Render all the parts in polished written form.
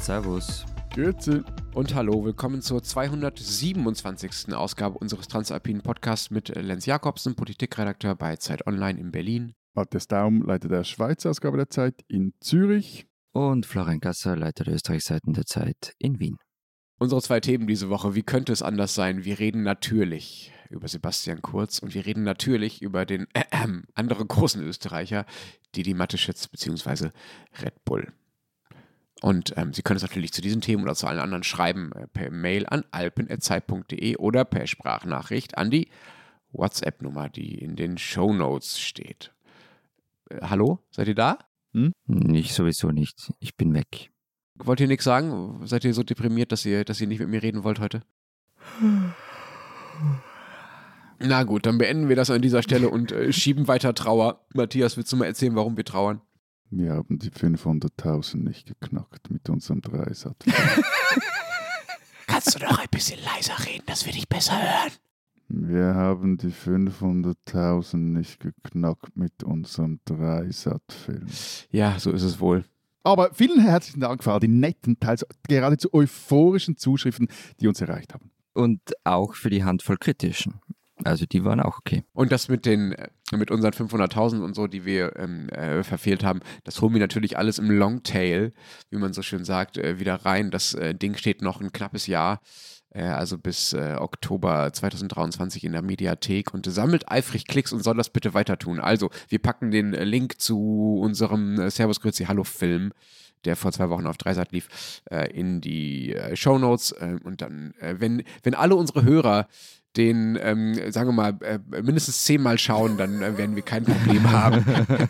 Servus. Grüezi. Und hallo, willkommen zur 227. Ausgabe unseres Transalpinen Podcasts mit Lenz Jakobsen, Politikredakteur bei Zeit Online in Berlin. Matthias Daum, Leiter der Schweizer Ausgabe der Zeit in Zürich. Und Florian Gasser, Leiter der Österreichseiten der Zeit in Wien. Unsere zwei Themen diese Woche, wie könnte es anders sein? Wir reden natürlich über Sebastian Kurz und wir reden natürlich über den anderen großen Österreicher, Didi Mateschitz bzw. Red Bull. Und Sie können es natürlich zu diesen Themen oder zu allen anderen schreiben per Mail an alpen@zeit.de oder per Sprachnachricht an die WhatsApp-Nummer, die in den Shownotes steht. Hallo, seid ihr da? Ich sowieso nicht. Ich bin weg. Wollt ihr nichts sagen? Seid ihr so deprimiert, dass ihr nicht mit mir reden wollt heute? Na gut, dann beenden wir das an dieser Stelle und schieben weiter Trauer. Matthias, willst du mal erzählen, warum wir trauern? Wir haben die 500.000 nicht geknackt mit unserem Dreisatz. Kannst du doch ein bisschen leiser reden, dass wir dich besser hören? Wir haben die 500.000 nicht geknackt mit unserem Dreisat-Film. Ja, so ist es wohl. Aber vielen herzlichen Dank für all die netten, teils geradezu euphorischen Zuschriften, die uns erreicht haben. Und auch für die Handvoll kritischen. Also die waren auch okay. Und das mit unseren 500.000 und so, die wir verfehlt haben, das holen wir natürlich alles im Longtail, wie man so schön sagt, wieder rein. Das Ding steht noch ein knappes Jahr, also bis Oktober 2023 in der Mediathek und sammelt eifrig Klicks und soll das bitte weiter tun. Also, wir packen den Link zu unserem Servus Grüezi Hallo Film, der vor 2 Wochen auf Dreisat lief, in die Shownotes. Und dann, wenn alle unsere Hörer den, sagen wir mal, mindestens 10-mal schauen, dann werden wir kein Problem haben,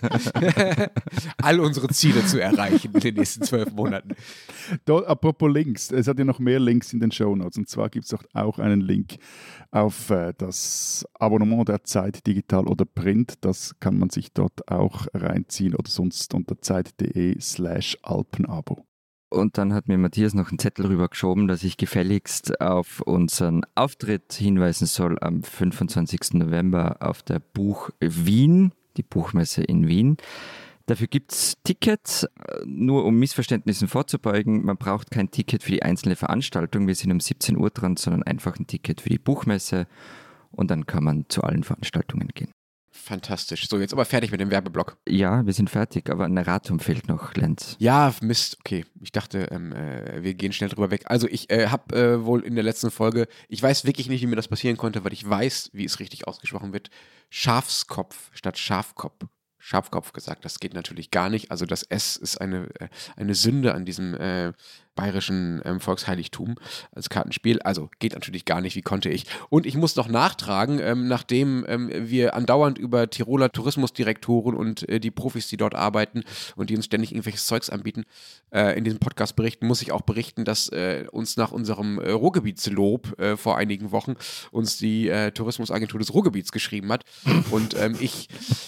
all unsere Ziele zu erreichen in den nächsten 12 Monaten. Dort, apropos Links, es hat ja noch mehr Links in den Shownotes. Und zwar gibt es auch einen Link auf das Abonnement der Zeit, digital oder print. Das kann man sich dort auch reinziehen oder sonst unter zeit.de/alpenabo. Und dann hat mir Matthias noch einen Zettel rübergeschoben, dass ich gefälligst auf unseren Auftritt hinweisen soll am 25. November auf der Buch Wien, die Buchmesse in Wien. Dafür gibt es Tickets, nur um Missverständnissen vorzubeugen. Man braucht kein Ticket für die einzelne Veranstaltung. Wir sind um 17 Uhr dran, sondern einfach ein Ticket für die Buchmesse. Und dann kann man zu allen Veranstaltungen gehen. Fantastisch. So, jetzt aber fertig mit dem Werbeblock. Ja, wir sind fertig, aber ein Erratum fehlt noch, Lenz. Ja, Mist. Okay, ich dachte, wir gehen schnell drüber weg. Also ich habe wohl in der letzten Folge, ich weiß wirklich nicht, wie mir das passieren konnte, weil ich weiß, wie es richtig ausgesprochen wird, Schafskopf statt Schafkopf gesagt. Das geht natürlich gar nicht. Also das S ist eine Sünde an diesem bayerischen Volksheiligtum als Kartenspiel. Also geht natürlich gar nicht. Wie konnte ich? Und ich muss noch nachtragen, nachdem wir andauernd über Tiroler Tourismusdirektoren und die Profis, die dort arbeiten und die uns ständig irgendwelches Zeugs anbieten, in diesem Podcast berichten, muss ich auch berichten, dass uns nach unserem Ruhrgebietslob vor einigen Wochen uns die Tourismusagentur des Ruhrgebiets geschrieben hat. Und ich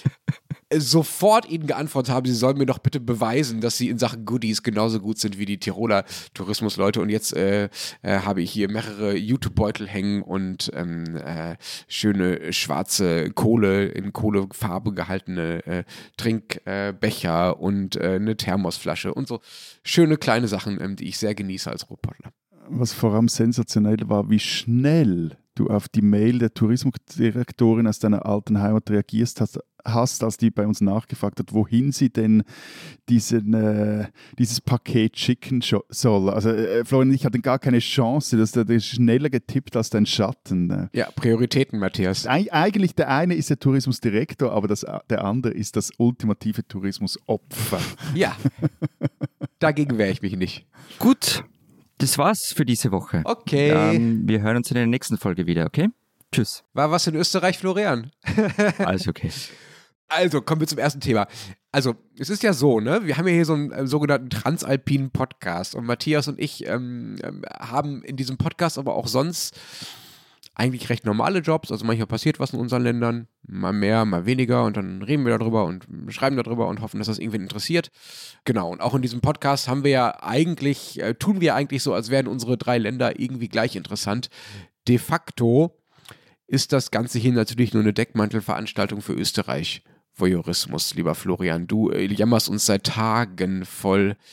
sofort ihnen geantwortet habe, sie sollen mir doch bitte beweisen, dass sie in Sachen Goodies genauso gut sind wie die Tiroler Tourismusleute. Und jetzt habe ich hier mehrere YouTube-Beutel hängen und schöne schwarze Kohle in Kohlefarbe gehaltene Trinkbecher und eine Thermosflasche und so schöne kleine Sachen, die ich sehr genieße als Ruhrpottler. Was vor allem sensationell war, wie schnell du auf die Mail der Tourismusdirektorin aus deiner alten Heimat reagierst hast, als die bei uns nachgefragt hat, wohin sie denn dieses Paket schicken soll. Also Florian und ich hatten gar keine Chance, das ist schneller getippt als dein Schatten. Ja, Prioritäten, Matthias. Eigentlich der eine ist der Tourismusdirektor, aber der andere ist das ultimative Tourismusopfer. Ja, dagegen wehre ich mich nicht. Gut. Das war's für diese Woche. Okay. Wir hören uns in der nächsten Folge wieder, okay? Tschüss. War was in Österreich, Florian? Alles okay. Also, kommen wir zum ersten Thema. Also, es ist ja so, ne? Wir haben ja hier so einen sogenannten transalpinen Podcast und Matthias und ich haben in diesem Podcast aber auch sonst eigentlich recht normale Jobs. Also manchmal passiert was in unseren Ländern, mal mehr, mal weniger und dann reden wir darüber und schreiben darüber und hoffen, dass das irgendwen interessiert. Genau, und auch in diesem Podcast tun wir eigentlich so, als wären unsere 3 Länder irgendwie gleich interessant. De facto ist das Ganze hier natürlich nur eine Deckmantelveranstaltung für Österreich. Voyeurismus, lieber Florian. Du jammerst uns seit Tagen voll,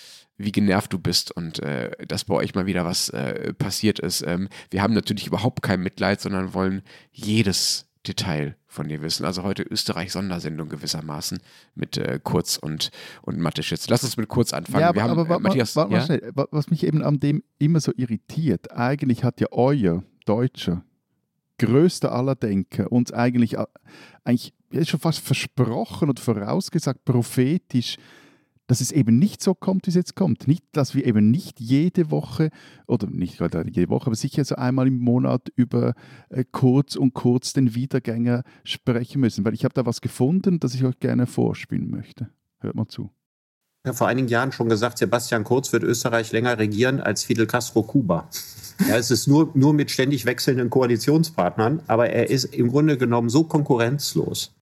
wie genervt du bist und dass bei euch mal wieder was passiert ist. Wir haben natürlich überhaupt kein Mitleid, sondern wollen jedes Detail von dir wissen. Also heute Österreich-Sondersendung gewissermaßen mit Kurz und Mateschitz. Lass uns mit Kurz anfangen. Ja, wir aber haben, Matthias, schnell. Was mich eben an dem immer so irritiert, eigentlich hat ja euer Deutscher, größter aller Denker, uns eigentlich ist schon fast versprochen und vorausgesagt, prophetisch, dass es eben nicht so kommt, wie es jetzt kommt. Nicht, dass wir eben nicht jede Woche, oder nicht gerade jede Woche, aber sicher so einmal im Monat über Kurz und Kurz den Wiedergänger sprechen müssen. Weil ich habe da was gefunden, das ich euch gerne vorspielen möchte. Hört mal zu. Ich habe vor einigen Jahren schon gesagt, Sebastian Kurz wird Österreich länger regieren als Fidel Castro Kuba. Ja, es ist nur mit ständig wechselnden Koalitionspartnern, aber er ist im Grunde genommen so konkurrenzlos.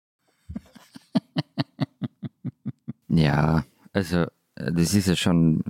Ja, also das ist ja schon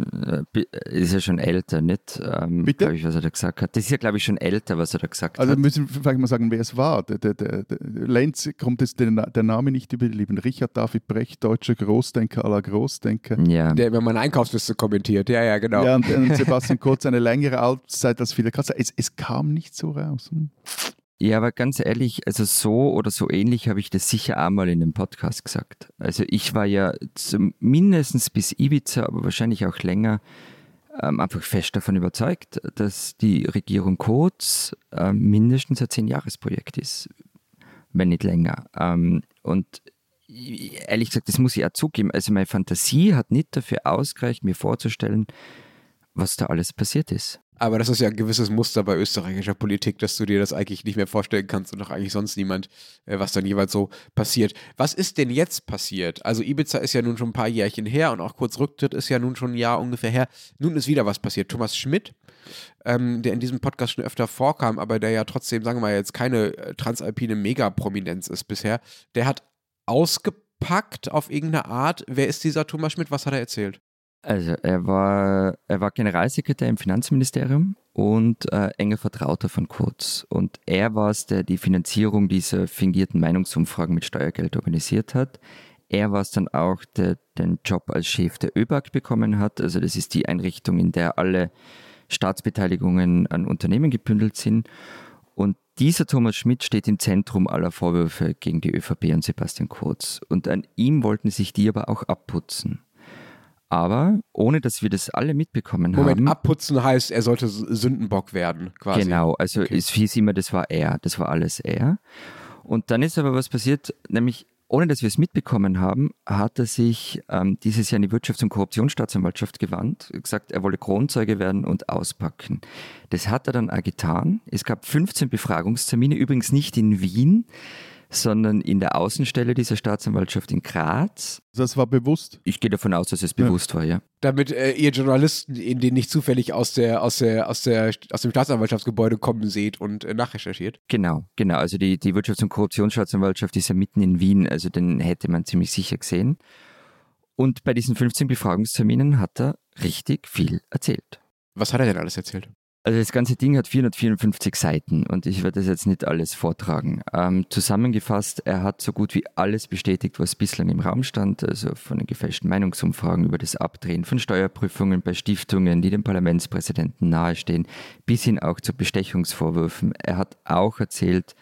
älter, nicht? Bitte? Glaube ich, was er da gesagt hat. Das ist ja, glaube ich, schon älter, was er da gesagt Also hat. müssen wir vielleicht mal sagen, wer es war. Der Lenz kommt jetzt der Name nicht über die Lippen. Richard David Brecht, deutscher Großdenker aller Großdenker. Ja. der immer meine Einkaufsliste kommentiert. Ja, genau. Ja, und Sebastian Kurz eine längere Amtszeit als Fidel Castro. Es kam nicht so raus. Ja, aber ganz ehrlich, also so oder so ähnlich habe ich das sicher einmal in dem Podcast gesagt. Also ich war ja mindestens bis Ibiza, aber wahrscheinlich auch länger, einfach fest davon überzeugt, dass die Regierung Kurz mindestens ein 10-Jahres-Projekt ist, wenn nicht länger. Und ehrlich gesagt, das muss ich auch zugeben, also meine Fantasie hat nicht dafür ausgereicht, mir vorzustellen, was da alles passiert ist. Aber das ist ja ein gewisses Muster bei österreichischer Politik, dass du dir das eigentlich nicht mehr vorstellen kannst und auch eigentlich sonst niemand, was dann jeweils so passiert. Was ist denn jetzt passiert? Also Ibiza ist ja nun schon ein paar Jährchen her und auch Kurz Rücktritt ist ja nun schon ein Jahr ungefähr her. Nun ist wieder was passiert. Thomas Schmidt, der in diesem Podcast schon öfter vorkam, aber der ja trotzdem, sagen wir mal, jetzt keine transalpine Megaprominenz ist bisher, der hat ausgepackt auf irgendeine Art. Wer ist dieser Thomas Schmidt? Was hat er erzählt? Also er war Generalsekretär im Finanzministerium und enger Vertrauter von Kurz. Und er war es, der die Finanzierung dieser fingierten Meinungsumfragen mit Steuergeld organisiert hat. Er war es dann auch, der den Job als Chef der ÖBAG bekommen hat. Also das ist die Einrichtung, in der alle Staatsbeteiligungen an Unternehmen gebündelt sind. Und dieser Thomas Schmidt steht im Zentrum aller Vorwürfe gegen die ÖVP und Sebastian Kurz. Und an ihm wollten sich die aber auch abputzen. Aber ohne, dass wir das alle mitbekommen haben. Moment, abputzen heißt, er sollte Sündenbock werden, quasi. Genau, also Okay. es hieß immer, das war alles er. Und dann ist aber was passiert, nämlich ohne, dass wir es mitbekommen haben, hat er sich dieses Jahr in die Wirtschafts- und Korruptionsstaatsanwaltschaft gewandt, gesagt, er wolle Kronzeuge werden und auspacken. Das hat er dann auch getan. Es gab 15 Befragungstermine, übrigens nicht in Wien, sondern in der Außenstelle dieser Staatsanwaltschaft in Graz. Das war bewusst. Ich gehe davon aus, dass es bewusst war, ja. Damit ihr Journalisten, in denen nicht zufällig aus dem Staatsanwaltschaftsgebäude kommen seht und nachrecherchiert. Genau. Also die Wirtschafts- und Korruptionsstaatsanwaltschaft ist ja mitten in Wien, also den hätte man ziemlich sicher gesehen. Und bei diesen 15 Befragungsterminen hat er richtig viel erzählt. Was hat er denn alles erzählt? Also das ganze Ding hat 454 Seiten und ich werde das jetzt nicht alles vortragen. Zusammengefasst, er hat so gut wie alles bestätigt, was bislang im Raum stand, also von den gefälschten Meinungsumfragen über das Abdrehen von Steuerprüfungen bei Stiftungen, die dem Parlamentspräsidenten nahestehen, bis hin auch zu Bestechungsvorwürfen. Er hat auch erzählt,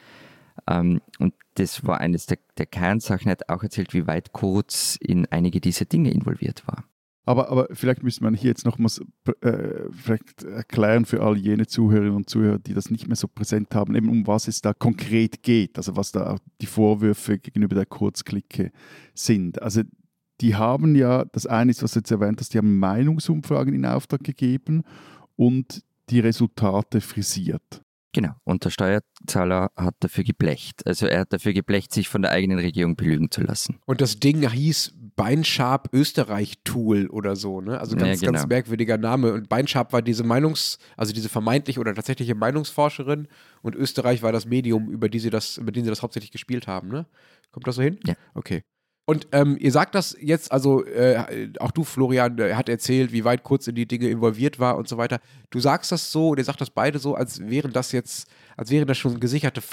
und das war eines der Kernsachen, er hat auch erzählt, wie weit Kurz in einige dieser Dinge involviert war. Aber vielleicht müsste man hier jetzt nochmals vielleicht erklären für all jene Zuhörerinnen und Zuhörer, die das nicht mehr so präsent haben, eben um was es da konkret geht, also was da auch die Vorwürfe gegenüber der Kurzklicke sind. Also die haben ja, das eine ist, was du jetzt erwähnt hast, die haben Meinungsumfragen in Auftrag gegeben und die Resultate frisiert. Genau, und der Steuerzahler hat dafür geblecht. Also er hat dafür geblecht, sich von der eigenen Regierung belügen zu lassen. Und das Ding hieß Beinscharp Österreich Tool oder so, ne? Also ganz merkwürdiger Name. Und Beinscharp war diese diese vermeintliche oder tatsächliche Meinungsforscherin und Österreich war das Medium, über den sie das hauptsächlich gespielt haben, ne? Kommt das so hin? Ja. Okay. Und ihr sagt das jetzt, also auch du, Florian, hat erzählt, wie weit Kurz in die Dinge involviert war und so weiter. Du sagst das so und ihr sagt das beide so, als wären das schon gesicherte Fakten.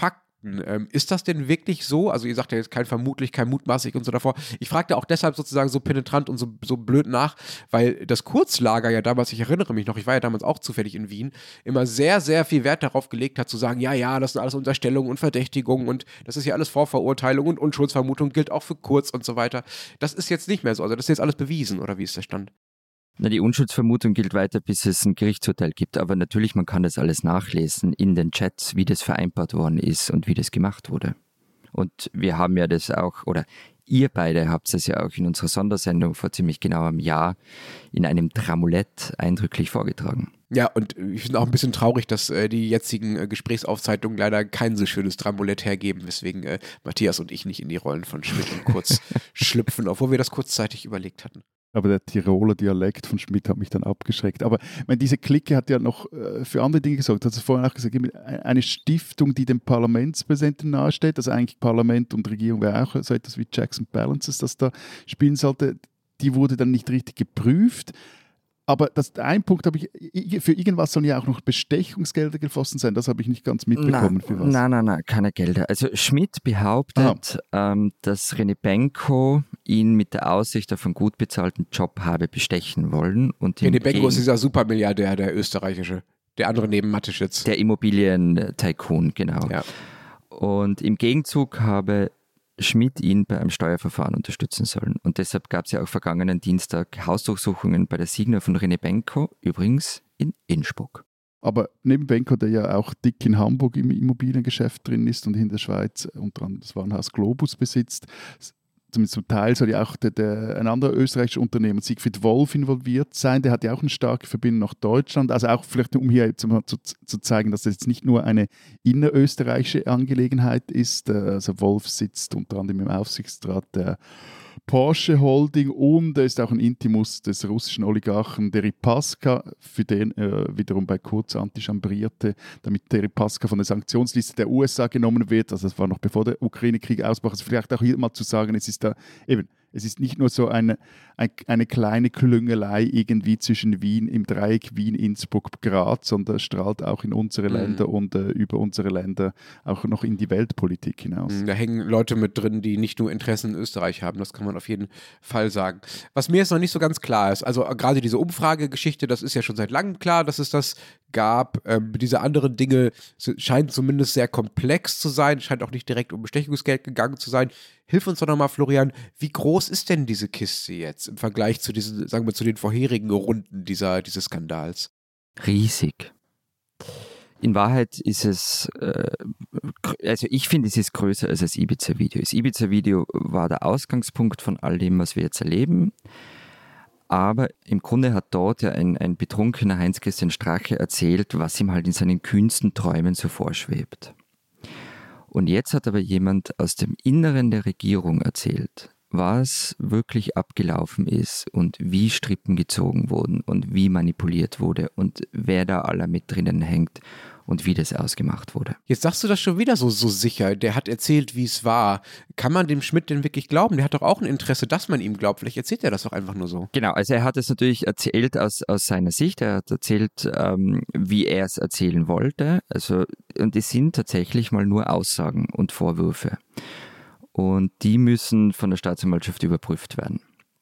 Fakten. Ist das denn wirklich so? Also ihr sagt ja jetzt kein vermutlich, kein mutmaßlich und so davor. Ich fragte auch deshalb sozusagen so penetrant und so blöd nach, weil das Kurzlager ja damals, ich erinnere mich noch, ich war ja damals auch zufällig in Wien, immer sehr, sehr viel Wert darauf gelegt hat, zu sagen, ja, das sind alles Unterstellungen und Verdächtigungen und das ist ja alles Vorverurteilung und Unschuldsvermutung gilt auch für Kurz und so weiter. Das ist jetzt nicht mehr so. Also das ist jetzt alles bewiesen, oder wie ist der Stand? Na, die Unschuldsvermutung gilt weiter, bis es ein Gerichtsurteil gibt. Aber natürlich, man kann das alles nachlesen in den Chats, wie das vereinbart worden ist und wie das gemacht wurde. Und wir haben ja das auch, oder ihr beide habt es ja auch in unserer Sondersendung vor ziemlich genau einem Jahr in einem Tramulett eindrücklich vorgetragen. Ja, und ich finde auch ein bisschen traurig, dass die jetzigen Gesprächsaufzeichnungen leider kein so schönes Tramulett hergeben, weswegen Matthias und ich nicht in die Rollen von Schmidt und Kurz schlüpfen, obwohl wir das kurzzeitig überlegt hatten. Aber der Tiroler Dialekt von Schmidt hat mich dann abgeschreckt. Aber ich meine, diese Clique hat ja noch für andere Dinge gesorgt. Du hast es vorhin auch gesagt, eine Stiftung, die dem Parlamentspräsidenten nahesteht, also eigentlich Parlament und Regierung wäre auch so etwas wie Checks and Balances, das da spielen sollte, die wurde dann nicht richtig geprüft. Aber ein Punkt habe ich, für irgendwas sollen ja auch noch Bestechungsgelder geflossen sein. Das habe ich nicht ganz mitbekommen. Für was? Nein, keine Gelder. Also Schmidt behauptet, dass René Benko ihn mit der Aussicht auf einen gut bezahlten Job habe bestechen wollen. René Benko ist dieser Supermilliardär, der österreichische. Der andere neben Mateschitz. Der Immobilien-Tycoon, genau. Ja. Und im Gegenzug habe Schmidt ihn bei einem Steuerverfahren unterstützen sollen. Und deshalb gab es ja auch vergangenen Dienstag Hausdurchsuchungen bei der Signa von René Benko, übrigens in Innsbruck. Aber neben Benko, der ja auch dick in Hamburg im Immobiliengeschäft drin ist und in der Schweiz unter anderem das Warenhaus Globus besitzt, zumindest zum Teil soll ja auch ein anderer österreichischer Unternehmer, Siegfried Wolf, involviert sein. Der hat ja auch eine starke Verbindung nach Deutschland. Also auch vielleicht, um hier zu zeigen, dass das jetzt nicht nur eine innerösterreichische Angelegenheit ist. Also Wolf sitzt unter anderem im Aufsichtsrat der Porsche Holding und er ist auch ein Intimus des russischen Oligarchen Deripaska, für den wiederum bei Kurz antichambrierte, damit Deripaska von der Sanktionsliste der USA genommen wird. Also das war noch bevor der Ukraine-Krieg ausbrach. Also vielleicht auch hier mal zu sagen, es ist nicht nur so eine kleine Klüngelei irgendwie zwischen Wien, im Dreieck Wien, Innsbruck, Graz, sondern strahlt auch in unsere Länder und über unsere Länder auch noch in die Weltpolitik hinaus. Da hängen Leute mit drin, die nicht nur Interessen in Österreich haben, das kann man auf jeden Fall sagen. Was mir jetzt noch nicht so ganz klar ist, also gerade diese Umfragegeschichte, das ist ja schon seit langem klar, dass es das gab. Diese anderen Dinge scheinen zumindest sehr komplex zu sein, scheint auch nicht direkt um Bestechungsgeld gegangen zu sein. Hilf uns doch nochmal, Florian, wie groß ist denn diese Kiste jetzt im Vergleich zu diesen, sagen wir, zu den vorherigen Runden dieses Skandals? Riesig. In Wahrheit ist es, also ich finde, es ist größer als das Ibiza-Video. Das Ibiza-Video war der Ausgangspunkt von all dem, was wir jetzt erleben. Aber im Grunde hat dort ja ein betrunkener Heinz-Christian Strache erzählt, was ihm halt in seinen kühnsten Träumen so vorschwebt. Und jetzt hat aber jemand aus dem Inneren der Regierung erzählt, was wirklich abgelaufen ist und wie Strippen gezogen wurden und wie manipuliert wurde und wer da aller mit drinnen hängt und wie das ausgemacht wurde. Jetzt sagst du das schon wieder so sicher. Der hat erzählt, wie es war. Kann man dem Schmidt denn wirklich glauben? Der hat doch auch ein Interesse, dass man ihm glaubt. Vielleicht erzählt er das doch einfach nur so. Genau, also er hat es natürlich erzählt aus seiner Sicht. Er hat erzählt, wie er es erzählen wollte. Also, und es sind tatsächlich mal nur Aussagen und Vorwürfe. Und die müssen von der Staatsanwaltschaft überprüft werden.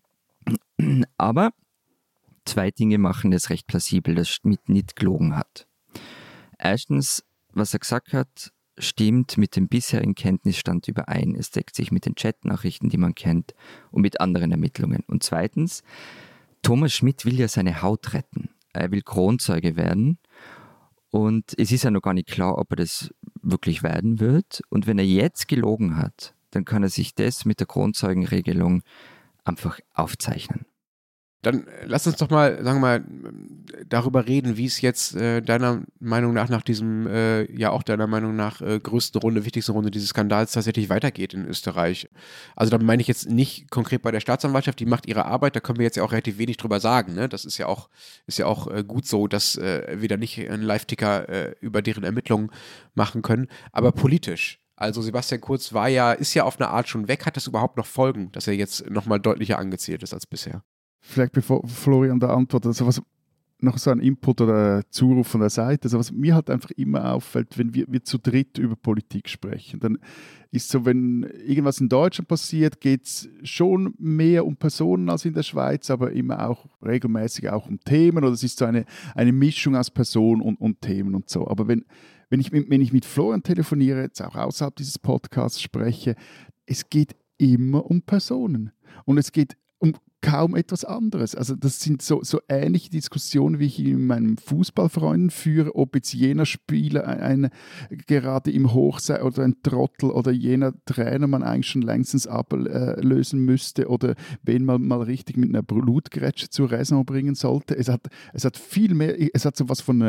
Aber zwei Dinge machen es recht plausibel, dass Schmidt nicht gelogen hat. Erstens, was er gesagt hat, stimmt mit dem bisherigen Kenntnisstand überein. Es deckt sich mit den Chatnachrichten, die man kennt, und mit anderen Ermittlungen. Und zweitens, Thomas Schmidt will ja seine Haut retten. Er will Kronzeuge werden. Und es ist ja noch gar nicht klar, ob er das wirklich werden wird. Und wenn er jetzt gelogen hat, dann kann er sich das mit der Kronzeugenregelung einfach aufzeichnen. Dann lass uns doch mal, sagen wir mal, darüber reden, wie es jetzt deiner Meinung nach diesem, deiner Meinung nach größten Runde, wichtigsten Runde dieses Skandals tatsächlich weitergeht in Österreich. Also da meine ich jetzt nicht konkret bei der Staatsanwaltschaft, die macht ihre Arbeit, da können wir jetzt ja auch relativ wenig drüber sagen. Ne? Das ist ja auch gut so, dass wir da nicht einen Live-Ticker über deren Ermittlungen machen können. Aber politisch. Also Sebastian Kurz ist ja auf eine Art schon weg. Hat das überhaupt noch Folgen, dass er jetzt nochmal deutlicher angezählt ist als bisher? Vielleicht bevor Florian da antwortet, also noch so ein Input oder Zuruf von der Seite. Also was mir halt einfach immer auffällt, wenn wir zu dritt über Politik sprechen, dann ist so, wenn irgendwas in Deutschland passiert, geht es schon mehr um Personen als in der Schweiz, aber immer auch regelmäßig auch um Themen, oder es ist so eine Mischung aus Personen und Themen und so. Aber wenn ich mit Florian telefoniere, jetzt auch außerhalb dieses Podcasts spreche, es geht immer um Personen und es geht um kaum etwas anderes. Also das sind so ähnliche Diskussionen, wie ich mit meinen Fußballfreunden führe, ob jetzt jener Spieler gerade im Hoch sei oder ein Trottel oder jener Trainer man eigentlich schon längstens ablösen müsste oder wen man mal richtig mit einer Blutgrätsche zur Raison bringen sollte. Es hat viel mehr, es hat so was von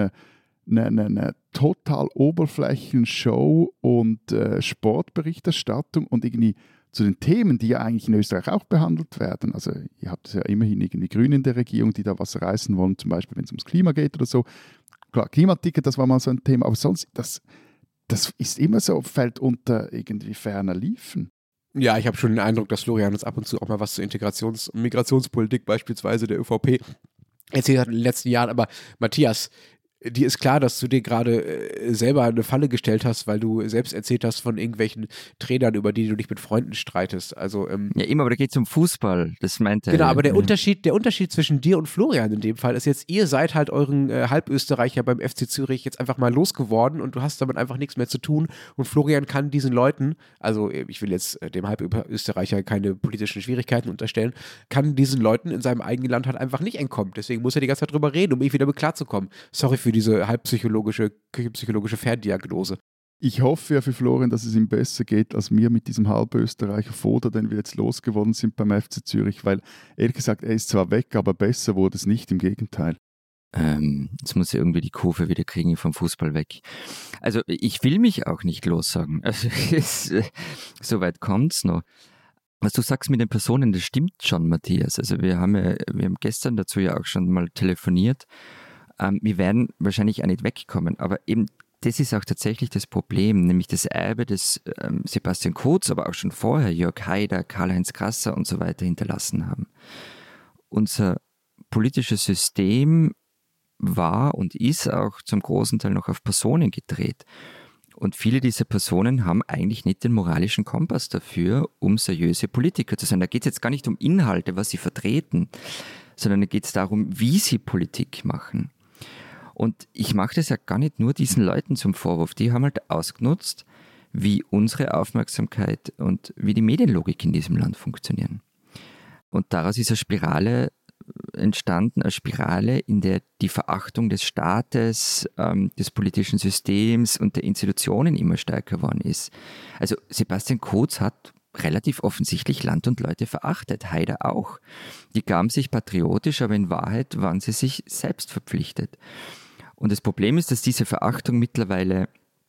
einer total oberflächlichen Show und Sportberichterstattung und irgendwie zu den Themen, die ja eigentlich in Österreich auch behandelt werden. Also ihr habt ja immerhin irgendwie Grüne in der Regierung, die da was reißen wollen, zum Beispiel wenn es ums Klima geht oder so. Klar, Klimaticket, das war mal so ein Thema, aber sonst, das ist immer so, fällt unter irgendwie ferner Liefen. Ja, ich habe schon den Eindruck, dass Florian uns ab und zu auch mal was zur Integrations- und Migrationspolitik beispielsweise der ÖVP erzählt hat in den letzten Jahren. Aber Matthias, dir ist klar, dass du dir gerade selber eine Falle gestellt hast, weil du selbst erzählt hast von irgendwelchen Trainern, über die du dich mit Freunden streitest. Also, ja, immer, aber da geht es um Fußball, das meinte er. Genau, aber der Unterschied zwischen dir und Florian in dem Fall ist jetzt, ihr seid halt euren Halbösterreicher beim FC Zürich jetzt einfach mal losgeworden und du hast damit einfach nichts mehr zu tun und Florian kann diesen Leuten, also ich will jetzt dem Halbösterreicher keine politischen Schwierigkeiten unterstellen, kann diesen Leuten in seinem eigenen Land halt einfach nicht entkommen. Deswegen muss er die ganze Zeit drüber reden, um irgendwie damit klarzukommen. Sorry für diese küchenpsychologische Ferndiagnose. Ich hoffe ja für Florian, dass es ihm besser geht als mir mit diesem Halbösterreicher Foda, den wir jetzt losgeworden sind beim FC Zürich, weil ehrlich gesagt, er ist zwar weg, aber besser wurde es nicht, im Gegenteil. Jetzt muss er irgendwie die Kurve wieder kriegen vom Fußball weg. Also ich will mich auch nicht lossagen. Also so weit kommt es noch. Was du sagst mit den Personen, das stimmt schon, Matthias. Also wir haben gestern dazu ja auch schon mal telefoniert. Wir werden wahrscheinlich auch nicht wegkommen, aber eben das ist auch tatsächlich das Problem, nämlich das Erbe des Sebastian Kurz, aber auch schon vorher Jörg Haider, Karl-Heinz Grasser und so weiter hinterlassen haben. Unser politisches System war und ist auch zum großen Teil noch auf Personen gedreht. Und viele dieser Personen haben eigentlich nicht den moralischen Kompass dafür, um seriöse Politiker zu sein. Da geht es jetzt gar nicht um Inhalte, was sie vertreten, sondern da geht es darum, wie sie Politik machen. Und ich mache das ja gar nicht nur diesen Leuten zum Vorwurf. Die haben halt ausgenutzt, wie unsere Aufmerksamkeit und wie die Medienlogik in diesem Land funktionieren. Und daraus ist eine Spirale entstanden, eine Spirale, in der die Verachtung des Staates, des politischen Systems und der Institutionen immer stärker geworden ist. Also Sebastian Kurz hat relativ offensichtlich Land und Leute verachtet, Haider auch. Die gaben sich patriotisch, aber in Wahrheit waren sie sich selbst verpflichtet. Und das Problem ist, dass diese Verachtung mittlerweile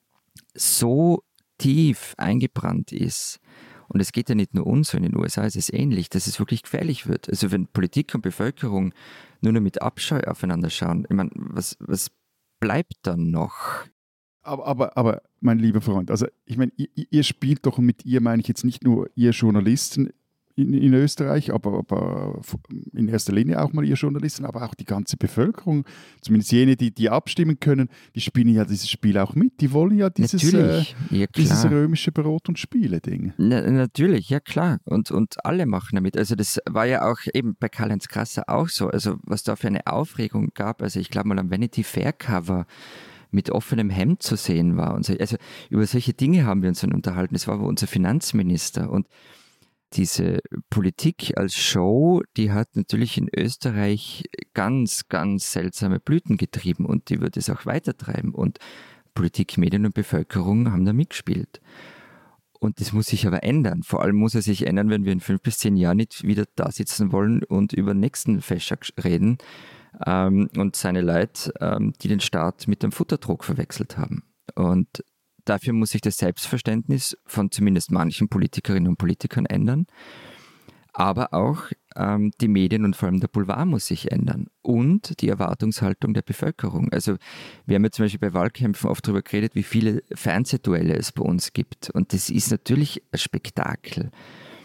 so tief eingebrannt ist, und es geht ja nicht nur uns, sondern in den USA ist es ähnlich, dass es wirklich gefährlich wird. Also wenn Politik und Bevölkerung nur noch mit Abscheu aufeinander schauen, ich meine, was bleibt dann noch? Aber mein lieber Freund, also ich meine, ihr spielt doch, und mit ihr meine ich jetzt nicht nur ihr Journalisten in Österreich, aber in erster Linie auch mal ihr Journalisten, aber auch die ganze Bevölkerung, zumindest jene, die abstimmen können, die spielen ja dieses Spiel auch mit. Die wollen ja dieses römische Brot- und Spiele-Ding. Natürlich, ja klar. Und alle machen damit. Also das war ja auch eben bei Karl-Heinz Grasser auch so. Also was da für eine Aufregung gab, also ich glaube mal am Vanity Fair Cover mit offenem Hemd zu sehen war. Und so. Also über solche Dinge haben wir uns dann unterhalten. Das war aber unser Finanzminister. Und diese Politik als Show, die hat natürlich in Österreich ganz, ganz seltsame Blüten getrieben und die wird es auch weitertreiben. Und Politik, Medien und Bevölkerung haben da mitgespielt. Und das muss sich aber ändern. Vor allem muss es sich ändern, wenn wir in 5 bis 10 Jahren nicht wieder da sitzen wollen und über den nächsten Feschak reden und seine Leute, die den Staat mit dem Futterdruck verwechselt haben. Und dafür muss sich das Selbstverständnis von zumindest manchen Politikerinnen und Politikern ändern. Aber auch die Medien und vor allem der Boulevard muss sich ändern. Und die Erwartungshaltung der Bevölkerung. Also wir haben ja zum Beispiel bei Wahlkämpfen oft darüber geredet, wie viele Fernsehduelle es bei uns gibt. Und das ist natürlich ein Spektakel.